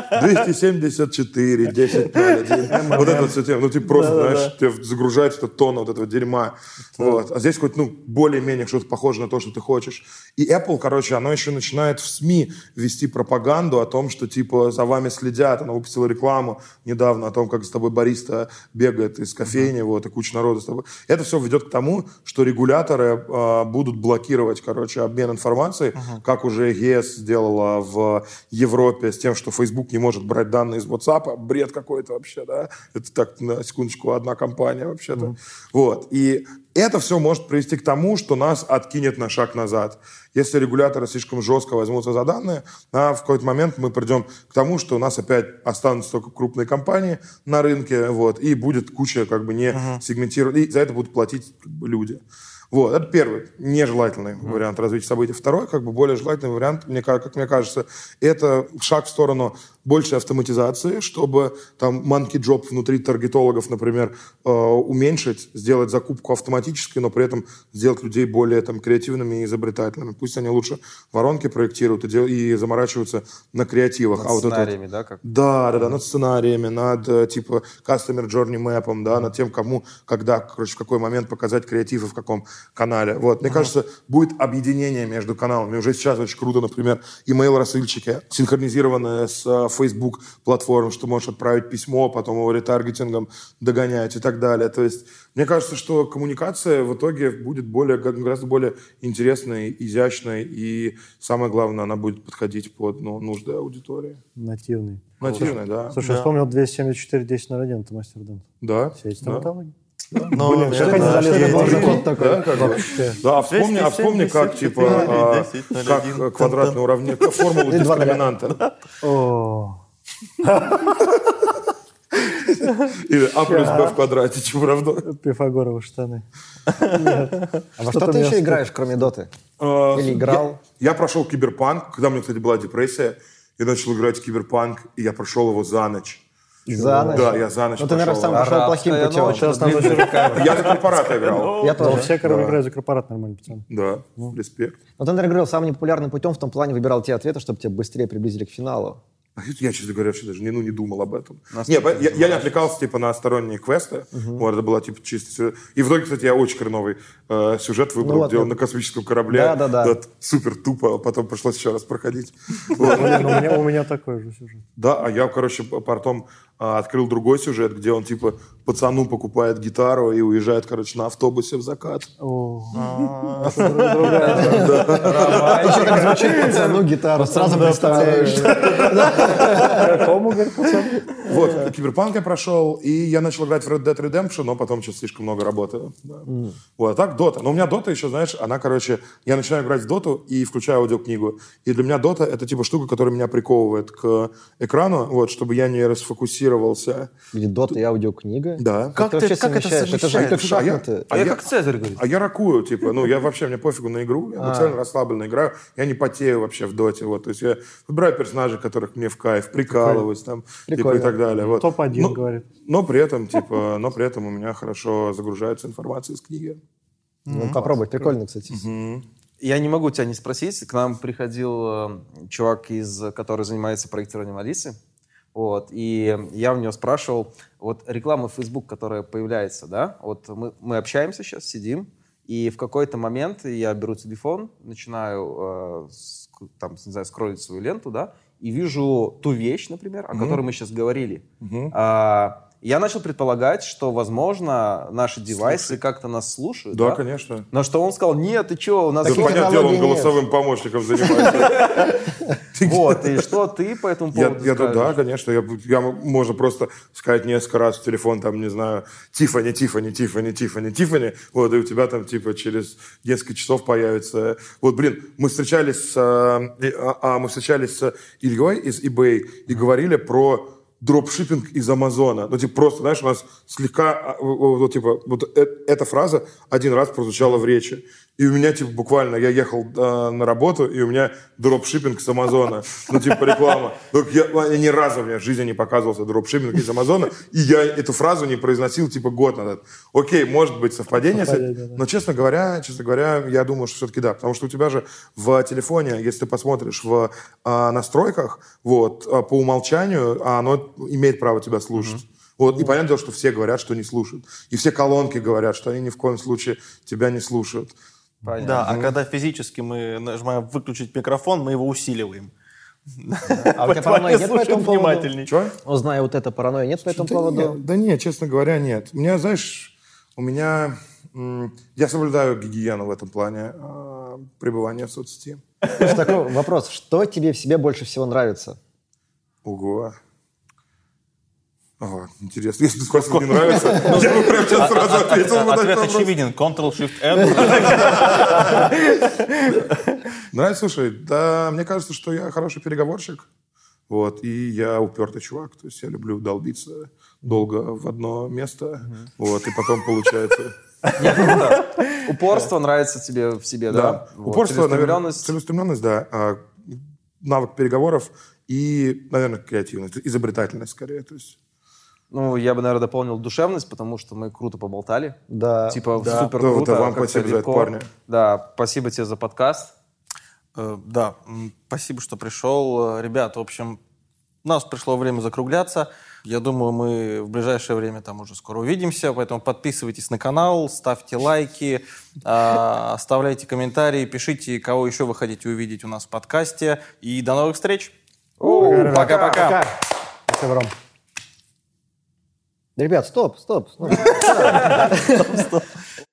274, 10.01. Вот это вот все тема. Ну, ты просто, знаешь, тебе загружается эта тонна вот этого дерьма. Вот. А здесь хоть, более-менее что-то похоже на то, что ты хочешь. И Apple, короче, оно еще начинает в СМИ вести пропаганду о том, что, типа, за вами следят. Она выпустила рекламу недавно о том, как с тобой бариста бегает из кофейни, вот, и куча народа с тобой. Это все ведет к тому, что регуляторы будут блокировать, короче, обмен информацией, как уже ЕС сделала в Европе с тем, что Facebook не может брать данные из WhatsApp. Бред какой-то вообще, да? Это так, на секундочку, одна компания вообще-то. Вот. И это все может привести к тому, что нас откинет на шаг назад. Если регуляторы слишком жестко возьмутся за данные, в какой-то момент мы придем к тому, что у нас опять останутся только крупные компании на рынке, вот, и будет куча как бы не сегментированных, и за это будут платить как бы люди. Вот, это первый нежелательный вариант развития событий. Второй, как бы более желательный вариант, как мне кажется, это шаг в сторону больше автоматизации, чтобы там monkey job внутри таргетологов, например, уменьшить, сделать закупку автоматической, но при этом сделать людей более там креативными и изобретательными. Пусть они лучше воронки проектируют и заморачиваются на креативах. Над сценариями, да? Да, над сценариями, над типа customer journey map'ом, да, над тем, кому, когда, короче, в какой момент показать креатив и в каком канале. Вот, мне кажется, будет объединение между каналами. Уже сейчас очень круто, например, email-рассыльщики, синхронизированные с Facebook платформой, что можешь отправить письмо, потом его ретаргетингом догонять и так далее. То есть, мне кажется, что коммуникация в итоге будет гораздо более интересной, изящной, и самое главное, она будет подходить под нужды аудитории. Нативный. Нативный, да. Слушай, я вспомнил 274-1001, это мастер-дент. Да. Сеть стоматологии. Блин, как они залезли в базу код такой? Да, вспомни, как, типа, как квадратное уравнение, формулу дискриминанта. Или А плюс Б в квадрате, чего равно? Пифагоровы штаны. А во что ты еще играешь, кроме доты? Или играл? Я прошел киберпанк, когда у меня, кстати, была депрессия. Я начал играть в киберпанк, и я прошел его за ночь. За ночь? Да, я за ночь Ну, ты, наверное, прошел. сам пошел плохим путем. Я за корпорат играл. Я тоже. Все, которые играют за корпорат, нормально, пацаны. Да, респект. Но ты, наверное, говорил, самым непопулярным путем в том плане выбирал те ответы, чтобы тебя быстрее приблизили к финалу. Я, честно говоря, вообще даже не думал об этом. Нет, я не отвлекался типа на сторонние квесты. Вот, это была типа чисто сюжет. И в итоге, кстати, я очень хреновый сюжет выбрал, где он на космическом корабле. Да. Супер тупо, а потом пришлось еще раз проходить. У меня такой же сюжет. Да, а я, короче, потом открыл другой сюжет, где он типа пацану покупает гитару и уезжает, короче, на автобусе в закат. Еще как звучит пацану гитару, сразу представляешь. Какому, говорит, пацан? Вот, киберпанк я прошел, и я начал играть в Red Dead Redemption, но потом что-то слишком много работаю. Да. Вот, а так Дота. Но у меня Дота еще, знаешь, она, короче, я начинаю играть в Доту и включаю аудиокнигу. И для меня Дота — это типа штука, которая меня приковывает к экрану, вот, чтобы я не расфокусировался. Или Дота и аудиокнига? Да. Как это совмещаешь? Это же как шахматы. Я как Цезарь, говорит. А я ракую, типа, мне пофигу на игру, я максимально расслабленно играю, я не потею вообще в доте, вот, то есть я выбираю персонажей, которых мне в кайф, прикалываюсь, там, типа, и так далее. Вот. Топ-1, говорит. Но при этом у меня хорошо загружается информация из книги. Ну, попробуй, прикольно, кстати. Я не могу тебя не спросить. К нам приходил чувак, который занимается проектированием Алисы. Вот, и я у него спрашивал, вот реклама в Facebook, которая появляется, да, вот мы общаемся сейчас, сидим, и в какой-то момент я беру телефон, начинаю, не знаю, скроллить свою ленту, да, и вижу ту вещь, например, о которой мы сейчас говорили. Я начал предполагать, что, возможно, наши девайсы как-то нас слушают. Да, конечно. Но что он сказал, нет, ты что, у нас... Да, понятное дело, он голосовым помощником занимается. Вот, и что ты по этому поводу скажешь? Да, конечно. Можно просто сказать несколько раз в телефон, там, не знаю, Тиффани, вот, и у тебя там, типа, через несколько часов появится... Вот, блин, мы встречались с Ильей из eBay и говорили про дропшиппинг из Амазона. Ну, типа, просто, знаешь, у нас слегка, эта фраза один раз прозвучала в речи. И у меня, типа, буквально, я ехал на работу, и у меня дропшиппинг с Амазона. Ну, типа, реклама. Я ни разу у меня в жизни не показывался дропшиппинг из Амазона, и я эту фразу не произносил, типа, год назад. Окей, может быть, совпадение, да. но, честно говоря, я думаю, что все-таки да. Потому что у тебя же в телефоне, если ты посмотришь в настройках, вот, по умолчанию, оно имеет право тебя слушать. Вот, и понятное дело, что все говорят, что не слушают. И все колонки говорят, что они ни в коем случае тебя не слушают. Понятно. Да, а когда физически мы нажимаем выключить микрофон, мы его усиливаем. А у тебя паранойя нет по этому поводу? Чего? Зная вот это, паранойя нет по этому поводу? Да нет, честно говоря, нет. Я соблюдаю гигиену в этом плане пребывания в соцсети. Слушай, такой вопрос. Что тебе в себе больше всего нравится? Ого. Ага, интересно. Если бы спросил, не нравится, я бы прям сейчас сразу ответил. Ответ очевиден. Ctrl-Shift-N. Нравится, слушай, да, мне кажется, что я хороший переговорщик. Вот, и я упертый чувак. То есть я люблю долбиться долго в одно место. Вот, и потом получается... Упорство нравится тебе в себе, да? Упорство, наверное, целеустремленность, да. Навык переговоров и, наверное, креативность, изобретательность скорее. То есть. Ну, я бы, наверное, дополнил душевность, потому что мы круто поболтали. Да. Типа, Да. супер Да, круто. да, вам как-то спасибо за это, легко. парни. Да, спасибо тебе за подкаст. Да, спасибо, что пришел. Ребят, в общем, у нас пришло время закругляться. Я думаю, мы в ближайшее время там уже скоро увидимся, поэтому подписывайтесь на канал, ставьте лайки, оставляйте комментарии, пишите, кого еще вы хотите увидеть у нас в подкасте. И до новых встреч! Пока-пока! Спасибо, Ром. Ребят, стоп.